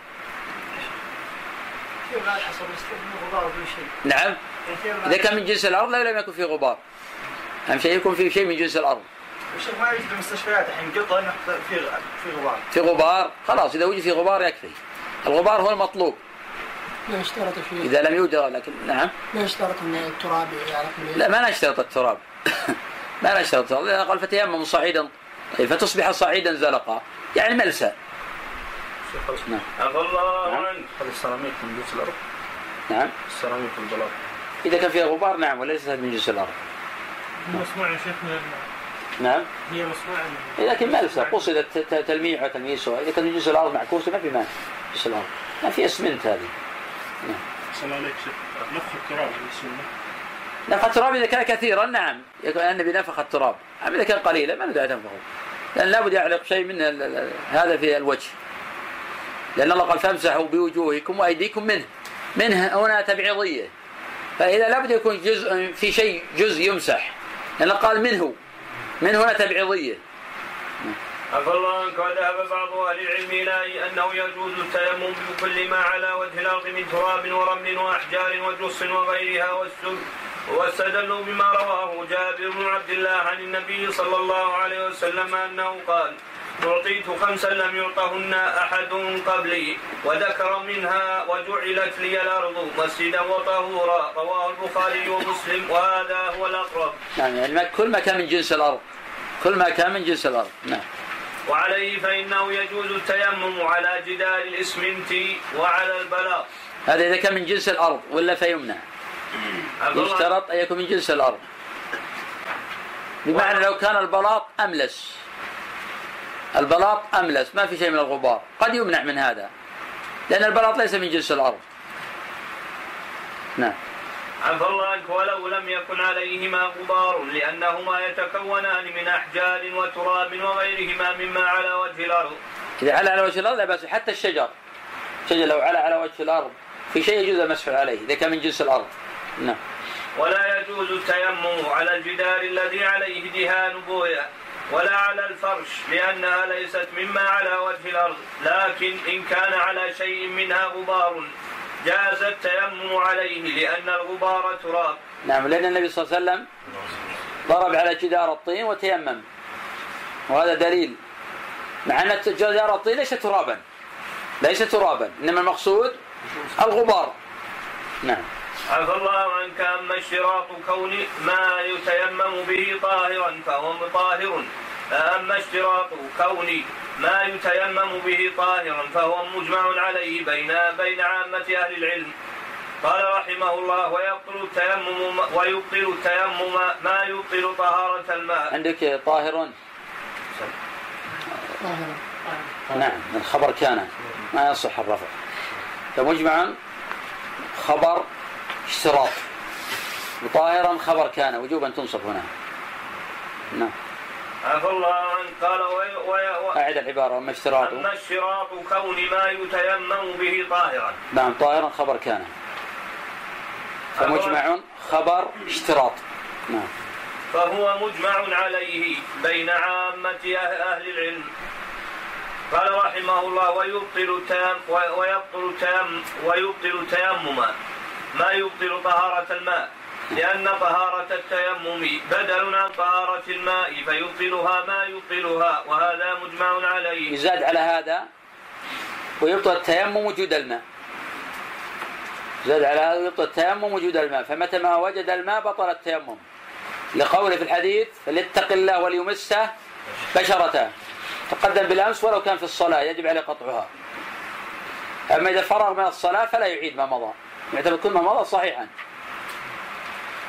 نعم. إذا كان من جنس الأرض لا يكون فيه غبار. أهم شيء يكون فيه شيء من جنس الأرض. الشيخ ما يوجد المستشفيات الحين قطع نحط في غبار. في غبار خلاص، إذا وجد في غبار يكفي. الغبار هو المطلوب. لا يشترط شيء. إذا لم يوجد لكن نعم. لا يشترط أن التراب يعرف. لا ما نشترط التراب. ما نشترط. لأن قال فتيمم صعيدا فتصبح صعيدا زلقا يعني ملسا. نعم. الله عنك. هذا السيراميك من جنس الأرض. نعم. السيراميك والبلاط. إذا كان فيها غبار نعم وليس من جنس الأرض. مصنوع يا شيخ من نعم. هي مصنوع. لكن ملسا قصدت تلميع وتلميسها. إذا كان من جنس الأرض معكوسة ما في مانع. جنس الأرض ما في اسمنت هذه. نعم. صلى عليك شيخ نفخ التراب من السنة. نفخ التراب إذا كان كثيرا نعم يكون النبي نفخ التراب. أما إذا كان قليلا ما ندعي تنفخه، لأن لابد يعلق شيء من هذا في الوجه، لأن الله قال فامسحوا بوجوهكم وأيديكم منه هنا تبعيضية، فإذا لابد يكون جزء في شيء جزء يمسح، لأن قال منه هنا تبعيضية. عفى الله عنك. وذهب بعض أهل العلم إلى أنه يجوز التيمم بكل ما على وجه الأرض من تراب ورمل وأحجار وجص وغيرها واستدلوا بما رواه جابر بن عبد الله عن النبي صلى الله عليه وسلم أنه قال أعطيت 5 لم يعطهن أحد قبلي وذكر منها وجعلت لي الأرض مسجدا وطهورا. رواه البخاري ومسلم وهذا هو الأقرب. يعني كل ما كان من جنس الأرض، كل ما كان من جنس الأرض. نعم. وعليه فإنه يجوز التيمم على جدار الإسمنت وعلى البلاط. هذا إذا كان من جنس الأرض ولا فيمنع. يشترط أن يكون من جنس الأرض، بمعنى لو كان البلاط أملس ما في شيء من الغبار قد يمنع من هذا، لأن البلاط ليس من جنس الأرض. نعم. عفى الله عنك. ولو لم يكن عليهما غبار لأنهما يتكونان من أحجار وتراب وغيرهما مما على وجه الأرض. إذا على وجه الأرض لا بأس، حتى الشجر لو على وجه الأرض في شيء يجوز المسح عليه إذا كان من جنس الأرض. نعم. ولا يجوز التيمم على الجدار الذي عليه دهان بويا ولا على الفرش لأنها ليست مما على وجه الأرض، لكن إن كان على شيء منها غبار جاز التيمم عليه لأن الغبار تراب. نعم. لأن النبي صلى الله عليه وسلم ضرب على جدار الطين وتيمم، وهذا دليل، مع أن جدار الطين ليس ترابا إنما المقصود الغبار. نعم. عفى الله عنك. أما اشتراط كون ما يتيمم به طاهرا فهو طاهر. أما اشتراط كون ما يتيمم به طاهرا فهو مجمع عليه بين عامة أهل العلم. قال رحمه الله ويبطل التيمم ما يبطل طهارة الماء. عندك طاهر. نعم. الخبر كان ما يصح الرفع، فمجمع خبر اشتراط، وطاهرا خبر كان وجوبا تنصب هنا. نعم. عفى الله عنك. قال أعد العبارة. أما اشتراط كون ما يتيمم به طاهرا. نعم. طاهرا خبر كان، فمجمع خبر اشتراط. نعم. فهو مجمع عليه بين عامة أهل العلم. قال رحمه الله ويبطل التيمم ما يبطل طهارة الماء لأن طهارة التيمم بدل عن طهارة الماء فيبطلها ما يبطلها، وهذا مجمع عليه. يزاد على هذا ويبطل التيمم وجود الماء. زاد على هذا ويبطل التيمم وجود الماء، فمتى ما وجد الماء بطل التيمم، لقوله في الحديث فليتق الله وليمسه بشرته، تقدم بالأمس ولو كان في الصلاة يجب عليه قطعها. أما إذا فرغ من الصلاة فلا يعيد ما مضى، يعتبر كل ما مضى صحيحا.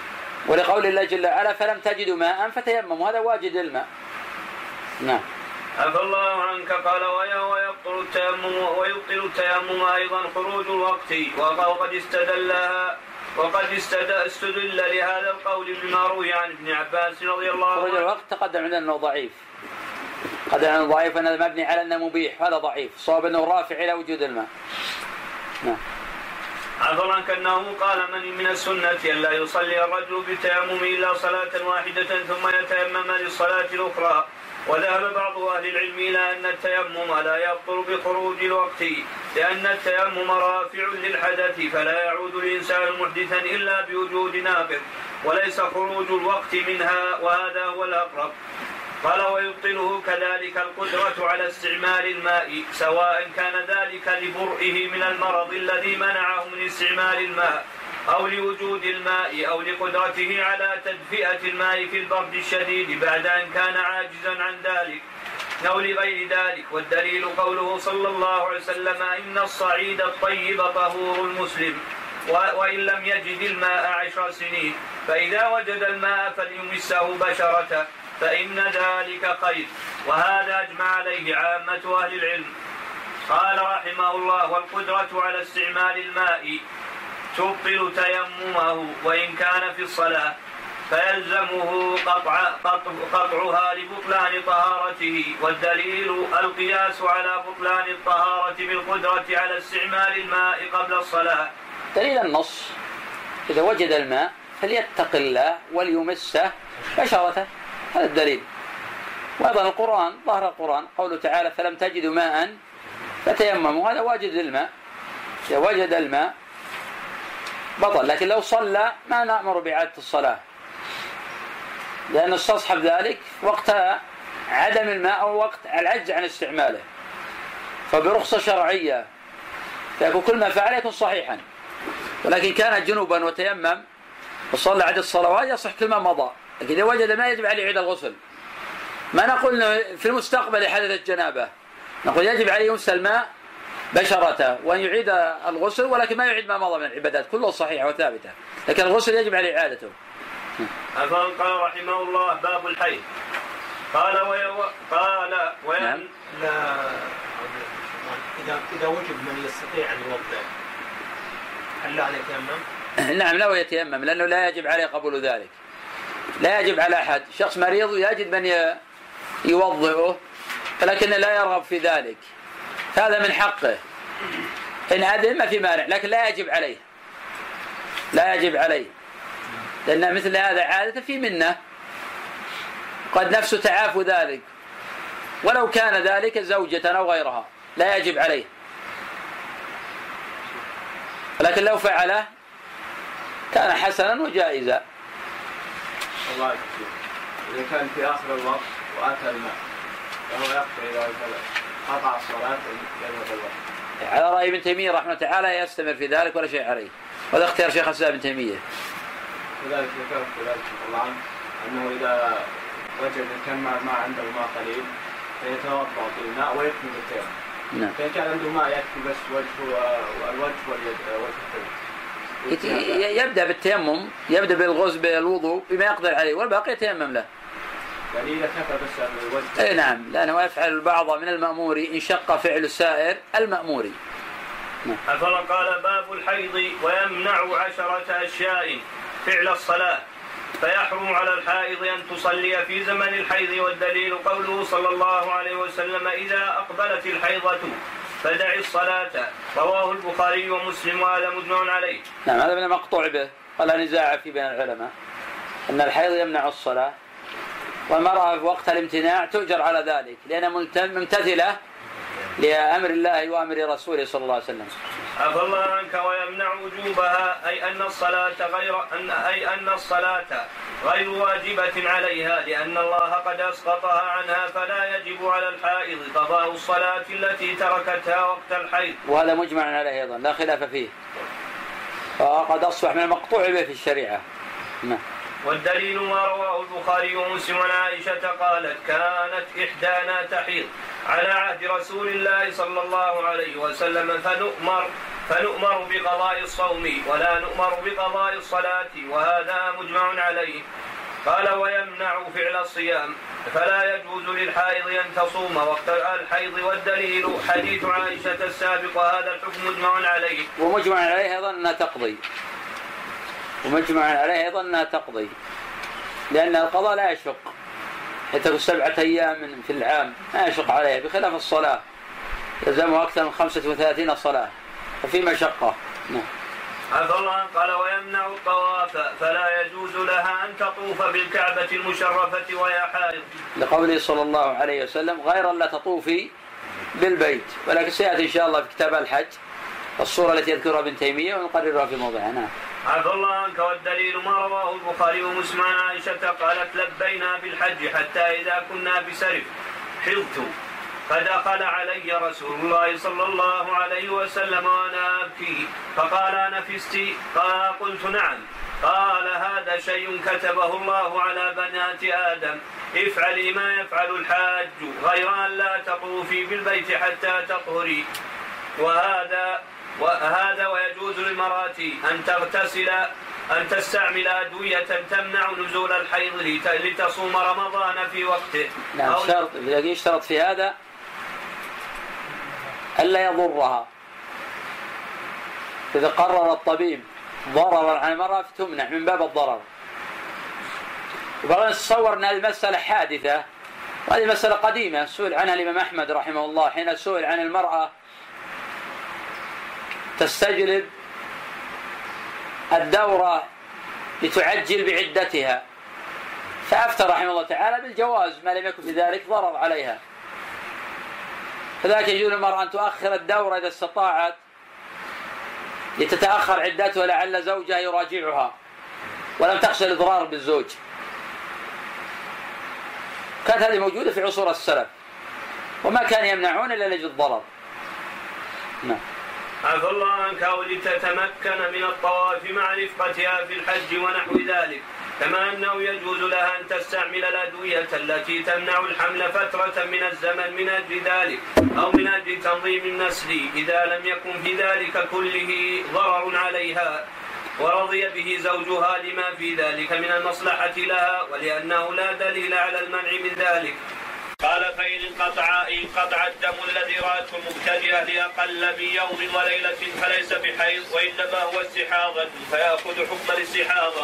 ولقول الله جل وعلا فلم تجدوا ماء فتيمموا، هذا واجد الماء. نعم. عفى الله عنك. قال ويبطل التيمم أيضا خروج الوقت، وقد استدل لهذا القول بما روي عن ابن عباس رضي الله عنه. خروج الوقت تقدم عندنا أنه ضعيف، أن هذا مبني على أنه مبيح، هذا ضعيف. صواب أنه رافع إلى وجود الماء. نعم. عفوا عنك أنه قال من السنة أن لا يصلي الرجل بالتيمم إلا صلاة واحدة ثم يتيمم للصلاة الأخرى. وذهب بعض أهل العلم إلى أن التيمم لا يبطل بخروج الوقت، لأن التيمم رافع للحدث، فلا يعود الإنسان محدثا إلا بوجود ناقض، وليس خروج الوقت منها، وهذا هو الأقرب. قال ويبطله كذلك القدرة على استعمال الماء، سواء كان ذلك لبرئه من المرض الذي منعه من استعمال الماء، أو لوجود الماء، أو لقدرته على تدفئة الماء في البرد الشديد بعد أن كان عاجزا عن ذلك، أو لغير ذلك. والدليل قوله صلى الله عليه وسلم إن الصعيد الطيب طهور المسلم وإن لم يجد الماء 10 سنين، فإذا وجد الماء فليمسه بشرته فإن ذلك خير. وهذا أجمع عليه عامة أهل العلم. قال رحمه الله والقدرة على استعمال الماء تبطل تيممه وإن كان في الصلاة، فيلزمه قطعها لبطلان طهارته. والدليل القياس على بطلان الطهارة بالقدرة على استعمال الماء قبل الصلاة. دليل النص إذا وجد الماء فليتق الله وليمسه بشرته، هذا الدليل. وأيضا القرآن، ظهر القرآن قوله تعالى فلم تجدوا ماء فتيمموا، هذا واجد للماء، إذا وجد الماء بطل. لكن لو صلى ما نأمر بإعادة الصلاة، لأن استصحب ذلك وقت عدم الماء أو وقت العجز عن استعماله، فبرخصة شرعية فيكون كل ما فعل يكون صحيحا. ولكن كان جنوبا وتيمم وصلى عدد الصلوات يصح كل ما مضى. لكن إذا وجد ما يجب عليه يعيد الغسل. ما نقول في المستقبل حدثت جنابه، نقول يجب عليه يمس الماء بشرته وأن يعيد الغسل، ولكن ما يعيد ما مضى من العبادات، كله صحيحة وثابتة، لكن الغسل يجب عليه إعادته. قال رحمه الله باب الحيض. قال نعم. لا إذا وجد من يستطيع أن يوضع هل لا عليه يتيمم؟ نعم لا يتيمم، لأنه لا يجب عليه قبول ذلك، لا يجب على أحد. شخص مريض يجد من يوضعه ولكن لا يرغب في ذلك، هذا من حقه إن أذن ما في مانع، لكن لا يجب عليه لأن مثل هذا عادة في منه قد نفسه تعافوا ذلك، ولو كان ذلك زوجة أو غيرها لا يجب عليه، لكن لو فعله كان حسنا وجائزا. الله يكفي. إذا كان في آخر الوقت وأتى الماء فهو يكفي إذا قطع الصلاة يذهب الوقت. على رأي ابن تيمية رحمه تعالى يستمر في ذلك ولا شيء عليه، وهذا اختيار شيخ الإسلام ابن تيمية. وذلك ذكرت ذلك الله عنه أنه إذا وجد كان ما عنده ماء قليل فيتوضأ بالماء ويكمل التيمم. نعم. فإن كان عنده ماء يكفي بس وجهه والوجه واليد والكفين. يبدأ بالتيمم، يبدأ بالغسل بالوضوء بما يقدر عليه والباقي يتيمم له. يعني إذا كفى بس الوجه. إيه نعم، لأنه يفعل البعض من المأمور إن شق فعل السائر المأمور. قال باب الحيض ويمنع 10 أشياء فعل الصلاة، فيحرم على الحائض أن تصلي في زمن الحيض. والدليل قوله صلى الله عليه وسلم إذا أقبلت الحيضة فدع الصلاة، رواه البخاري ومسلم وهذا مجمع عليه. نعم، هذا من المقطوع به، ولا نزاع في بين العلماء أن الحيض يمنع الصلاة، والمرأة في وقت الامتناع تؤجر على ذلك لأنها ممتثلة لأمر الله وأمر رسوله صلى الله عليه وسلم. عفى الله عنك. ويمنع وجوبها أي أن الصلاة غير واجبة عليها، لأن الله قد أسقطها عنها، فلا يجب على الحائض قضاء الصلاة التي تركتها وقت الحيض. وهذا مجمع عليه أيضا لا خلاف فيه، فقد أصبح من المقطوع به في الشريعة. والدليل ما رواه البخاري ومسلم عن عائشة قالت كانت إحدانا تحيض على عهد رسول الله صلى الله عليه وسلم فنؤمر بقضاء الصوم ولا نؤمر بقضاء الصلاة، وهذا مجمع عليه. قال ويمنع فعل الصيام، فلا يجوز للحائض أن تصوم وقت الحيض، والدليل حديث عائشة السابق، وهذا الحكم مجمع عليه. ومجمع عليه أيضا أنها تقضي، ومجمع عليه أيضا أنها تقضي، لأن القضاء لا يشق، حتى 7 أيام في العام ما يشق عليها، بخلاف الصلاة يلزمها أكثر من 35 صلاة ففي مشقة. عفى الله. قال ويمنع الطواف، فلا يجوز لها أن تطوف بالكعبة المشرفة وهي حائض، لقوله صلى الله عليه وسلم غير لا تطوفي بالبيت، ولكن سيأتي إن شاء الله في كتاب الحج الصورة التي يذكرها ابن تيمية ونقررها في موضعنا. عفى الله عنك. والدليل ما رواه البخاري ومسلم عن عائشة قالت لبينا بالحج حتى إذا كنا بسرف حضت فدخل علي رسول الله صلى الله عليه وسلم وأنا أبكي فقال أنفست؟ قال قلت نعم. قال هذا شيء كتبه الله على بنات آدم، افعلي ما يفعل الحاج غير أن لا تطوفي بالبيت حتى تطهري. وهذا ويجوز للمرأة أن تغتسل أن تستعمل أدوية تمنع نزول الحيض لتصوم رمضان في وقته. نعم، يشترط في هذا ألا يضرها. إذا قرر الطبيب ضررا على المرأة تمنع من باب الضرر. وبعدين نتصور أن هذه مسألة حادثة، وهذه مسألة قديمة سئل عنها الإمام أحمد رحمه الله حين سئل عن المرأة تستجلب الدورة لتعجل بعدتها، فأفتى رحمه الله تعالى بالجواز ما لم يكن في ذلك ضرر عليها. فذلك يجوز للمرأة أن تؤخر الدورة إذا استطاعت لتتأخر عدتها لعل زوجها يراجعها ولم تخشى الإضرار بالزوج. كانت هذه موجودة في عصور السلف وما كان يمنعون إلا لأجل الضرر. نعم. عفى الله عنك. أو لتتمكن من الطواف مع رفقتها في الحج ونحو ذلك، كما أنه يجوز لها أن تستعمل الأدوية التي تمنع الحمل فترة من الزمن من أجل ذلك أو من أجل تنظيم النسل إذا لم يكن في ذلك كله ضرر عليها، ورضي به زوجها لما في ذلك من المصلحة لها، ولأنه لا دليل على المنع من ذلك. قال فإن انقطع الدم الذي رأته المبتدئة لأقل من يوم وليلة فليس بحيض، وإنما هو استحاضة فيأخذ حكم الاستحاضة.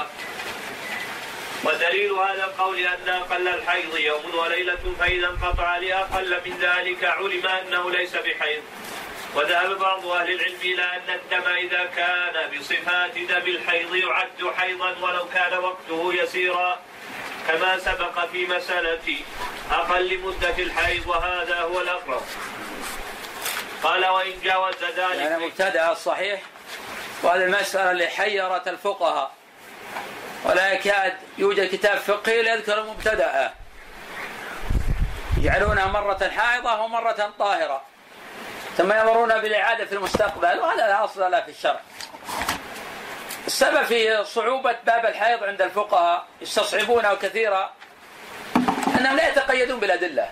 ودليل هذا القول أن أقل الحيض يوم وليلة، فإذا انقطع لأقل من ذلك علم أنه ليس بحيض. وذهب بعض أهل العلم إلى أن الدم إذا كان بصفات دم الحيض يعد حيضا ولو كان وقته يسيرا، كما سبق في مسألة أقل مدة الحيض، وهذا هو الأقرب. قال وإن جاوز ذلك يعني مبتدأ الصحيح، وهذه المسألة اللي حيرت الفقهاء، ولا يكاد يوجد كتاب فقهي ليذكر مبتدأ، يجعلونها مرة حائضة ومرة طاهرة ثم يمرون بالإعادة في المستقبل، وهذا لا أصل له في الشرع. السبب في صعوبة باب الحيض عند الفقهاء يستصعبونه كثيرا أنهم لا يتقيدون بالأدلة،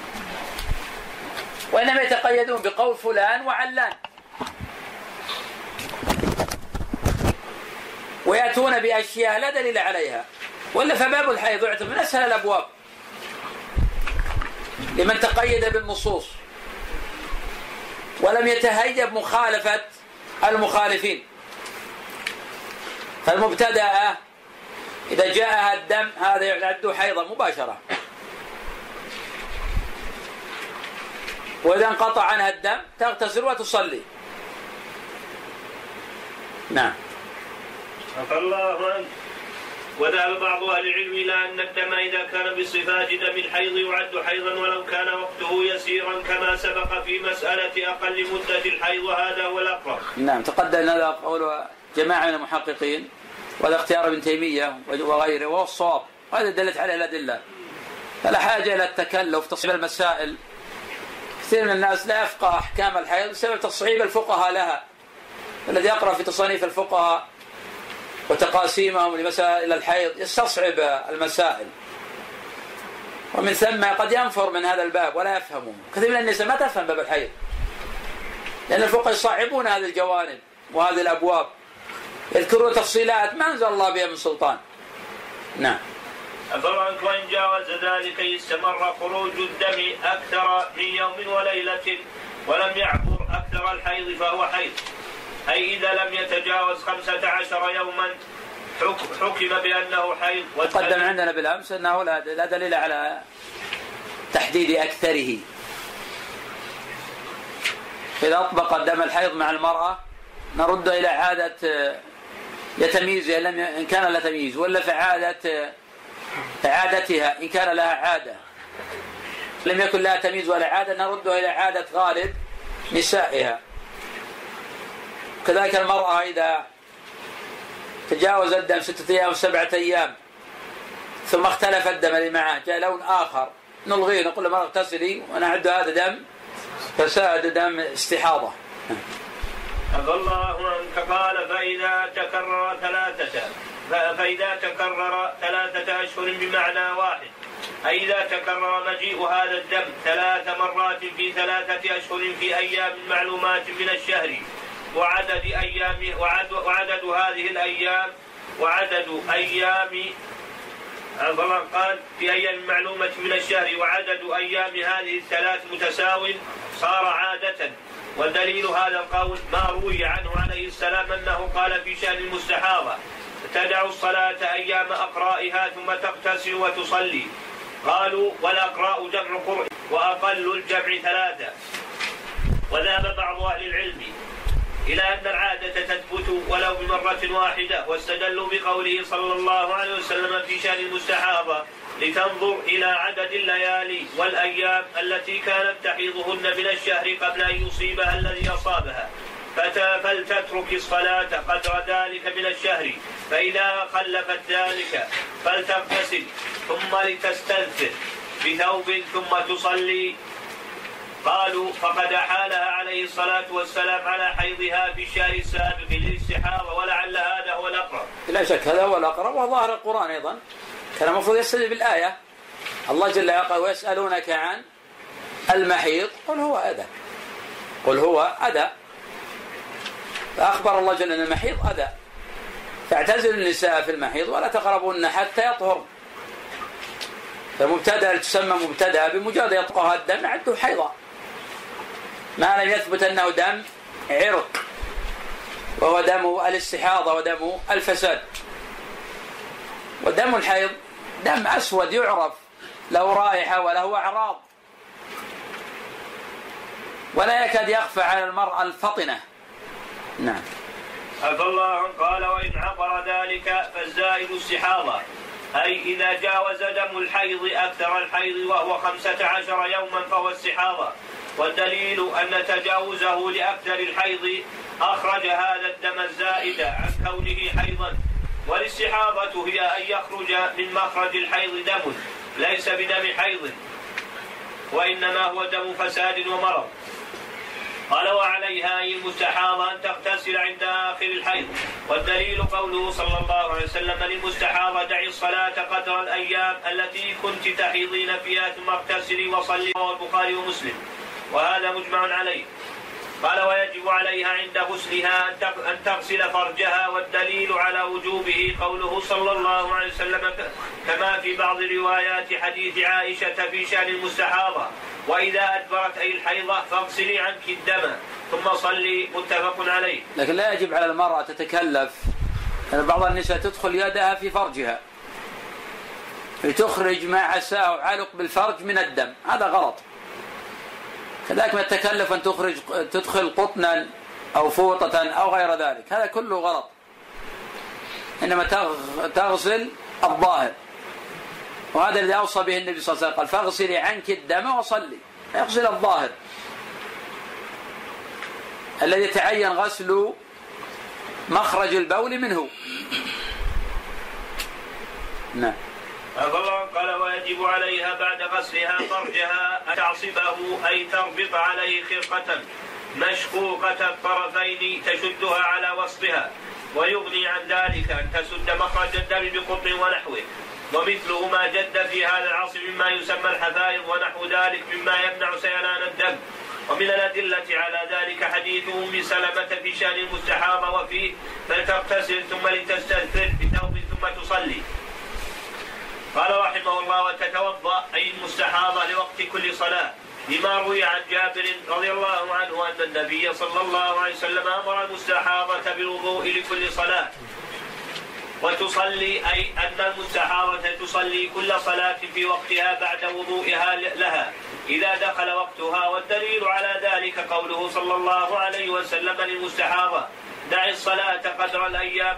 وإنما يتقيدون بقول فلان وعلان، ويأتون بأشياء لا دليل عليها. ولا فباب الحيض يعتبر من أسهل الأبواب لمن تقيد بالنصوص ولم يتهيب مخالفة المخالفين. فالمبتدأة إذا جاءها الدم هذا يعد حيضا مباشرة، وإذا انقطع عنها الدم تغتسل وتصلي. نعم. عفى الله عنك. وذهب بعض أهل العلم إلى أن الدم إذا كان بصفات دم الحيض يعد حيضا ولو كان وقته يسيرا، كما سبق في مسألة أقل مدة الحيض، وهذا هو الأقرب. نعم، تقدم هذا قول جماعة من المحققين، وهذا اختيار ابن تيمية وغيره، وهو الصواب، وهذا دلت عليه الأدلة. فلا حاجة إلى التكلف تصعيب المسائل. كثير من الناس لا يفقه أحكام الحيض بسبب تصعيب الفقهاء لها. الذي يقرأ في تصانيف الفقهاء وتقاسيمهم لمسائل الحيض يستصعب المسائل، ومن ثم قد ينفر من هذا الباب ولا يفهمه. كثير من الناس ما تفهم باب الحيض لأن الفقهاء يصعبون هذه الجوانب وهذه الأبواب، يذكرون تفصيلات ما أنزل الله بها من سلطان. نعم. أفرنك وإن جاوز ذلك استمر خروج الدم أكثر من يوم وليلة ولم يعبر أكثر الحيض فهو حيض، أي إذا لم يتجاوز 15 يوما حكم بأنه حيض. وتقدم عندنا بالأمس أنه لا دليل على تحديد أكثره. إذا أطبق الدم الحيض مع المرأة نرد إلى عادة يتمييز إن كان لا تمييز، ولا في عادتها إن كان لها عادة لم يكن لها تمييز ولا عادة نردها إلى عادة غالب نسائها. كذلك المرأة إذا تجاوز الدم 6 أيام و7 أيام ثم اختلف الدم اللي معه جاء لون آخر نلغيه، نقول للمرأة اغتسلي ونعد هذا دم فساد دم استحاضة. الله عنك قال فإذا تكرر 3 أشهر بمعنى واحد، أي إذا تكرر مجيء هذا الدم 3 مرات في 3 أشهر في أيام معلومات من الشهر وعدد أيامه وعدد هذه الأيام قال في أيام معلومة من الشهر وعدد أيام هذه 3 متساو صار عادة. والدليل هذا القول ما روي عنه عليه السلام أنه قال في شأن المستحاضة تدع الصلاة أيام أقرائها ثم تغتسل وتصلي. قالوا والأقراء جمع قرء وأقل الجمع 3. وذهب بعض أهل العلم إلى أن العادة تثبت ولو بمرة واحدة، واستدلوا بقوله صلى الله عليه وسلم في شأن المستحاضة لتنظر إلى عدد الليالي والأيام التي كانت تحيضهن من الشهر قبل أن يصيبها الذي أصابها، فلتترك الصلاة قدر ذلك من الشهر، فإذا خلفت ذلك فلتغتسل ثم لتستنثر بثوب ثم تصلي. قالوا فقد حالها عليه الصلاة والسلام على حيضها في الشهر السابق للاستحاضة، ولعل هذا هو الأقرب. لا شك هذا هو الأقرب، وظاهر القرآن أيضا كان المفروض يستدل بالآية. الله جل وعلا قال ويسألونك عن المحيض قل هو أذى، فأخبر الله جل أن المحيض أذى، فاعتزلوا النساء في المحيض ولا تقربوهن حتى يطهرن. فمبتدأ تسمى مبتدأ بمجرد يطهر الدم عده حيضا ما لم يثبت أنه دم عرق وهو دم الاستحاضة ودم الفساد. ودم الحيض دم أسود يعرف له رائحة وله أعراض ولا يكاد يخفى على المرأة الفطنة. نعم. عفى الله قال وإن عبر ذلك فالزائد استحاضة، أي إذا جاوز دم الحيض أكثر الحيض وهو 15 يوما فهو استحاضة. والدليل أن تجاوزه لأكثر الحيض أخرج هذا الدم الزائد عن كونه حيضا. والاستحاضة هي أن يخرج من مخرج الحيض دم ليس بدم حيض وإنما هو دم فساد ومرض. قال وعليها أي المستحاضة أن تغتسل عند آخر الحيض. والدليل قوله صلى الله عليه وسلم للمستحاضة دعي الصلاة قدر الأيام التي كنت تحيضين فيها ثم اغتسلي وصلي، رواه البخاري ومسلم، وهذا مجمع عليه. قال ويجب عليها عند غسلها أن تغسل فرجها. والدليل على وجوبه قوله صلى الله عليه وسلم كما في بعض روايات حديث عائشة في شأن المستحاضة وإذا أدبرت أي الحيضة فاغسلي عنك الدم ثم صلي، متفق عليه. لكن لا يجب على المرأة تتكلف، يعني بعض النساء تدخل يدها في فرجها لتخرج ما عساه علق بالفرج من الدم، هذا غلط. كذلك ما تتكلف أن تدخل قطنا أو فوطة أو غير ذلك، هذا كله غلط. إنما تغسل الظاهر، وهذا الذي أوصى به النبي صلى الله عليه وسلم، قال فاغسلي عنك الدم وصلي، يغسل الظاهر الذي يتعين غسل مخرج البول منه. نعم. قال ويجب عليها بعد غسلها فرجها أن تعصبه، أي تربط عليه خرقة مشقوقة الطرفين تشدها على وسطها، ويغني عن ذلك أن تسد مخرج الدم بقطن ونحوه، ومثله ما جد في هذا العصر مما يسمى الحفائض ونحو ذلك مما يمنع سيلان الدم. ومن الأدلة على ذلك حديث أم سلمة في شأن المستحاضة وفيه فلتغتسل ثم لتستنثر بثوب ثم تصلي. قال رحمه الله: وتتوضأ أي المستحاضة لوقت كل صلاة، لما روي عن جابر رضي الله عنه أن النبي صلى الله عليه وسلم أمر المستحاضة بالوضوء لكل صلاة، وتصلي أي أن المستحاضة تصلي كل صلاة في وقتها بعد وضوئها لها إذا دخل وقتها. والدليل على ذلك قوله صلى الله عليه وسلم للمستحاضة: دع الصلاة قدر الأيام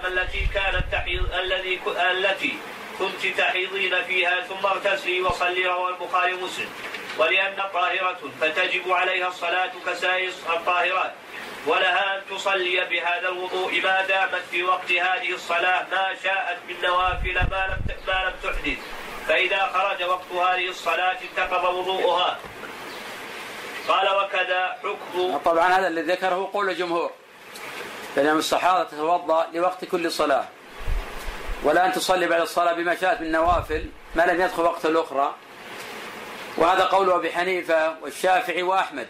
التي كنت تحيضين فيها ثم اغتسلي وصلي. رواه البخاري ومسلم. ولأن طاهرة فتجب عليها الصلاة كسائر الطاهرات، ولها أن تصلي بهذا الوضوء ما دامت في وقت هذه الصلاة ما شاءت من نوافل ما لم تحدث، فإذا خرج وقت هذه الصلاة انتقض وضوءها. قال: وكذا حكم. طبعا هذا اللي ذكره قول الجمهور، لأن المستحاضة تتوضأ لوقت كل صلاة، ولا أن تصلي بعد الصلاة بما شاءت من نوافل ما لم يدخل وقت الأخرى. وهذا قول أبي حنيفة والشافعي وأحمد.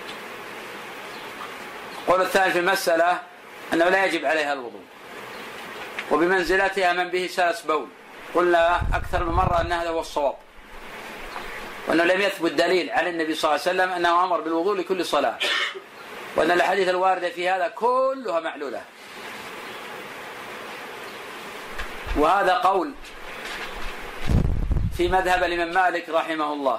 قول الثاني في المسألة أنه لا يجب عليها الوضوء، وبمنزلتها من به سلس بول. قلنا أكثر من مرة أن هذا هو الصواب، وأنه لم يثبت دليل على النبي صلى الله عليه وسلم أنه أمر بالوضوء لكل صلاة، وأن الأحاديث الواردة في هذا كلها معلولة. وهذا قول في مذهب الإمام مالك رحمه الله.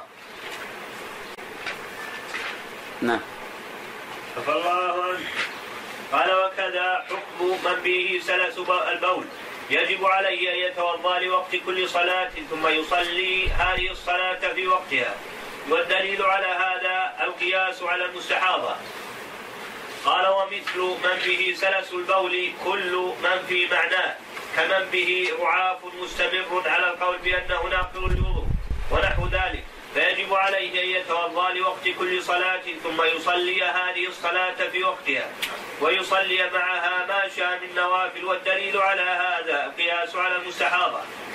نعم. فالله عنه. قال: وكذا حكم من به سلس البول، يجب عليه أن يتوضأ لوقت كل صلاة ثم يصلي هذه الصلاة في وقتها. والدليل على هذا القياس على المستحاضة. قال: ومثل من به سلس البول كل من في معناه، كمن به رعاف مستمر على القول بأنه ناقض الوضوء ونحو ذلك، فيجب عليه أن يتوضأ لوقت كل صلاة ثم يصلي هذه الصلاة في وقتها، ويصلي معها ما شاء من نوافل. والدليل على هذا القياس على المستحاضة،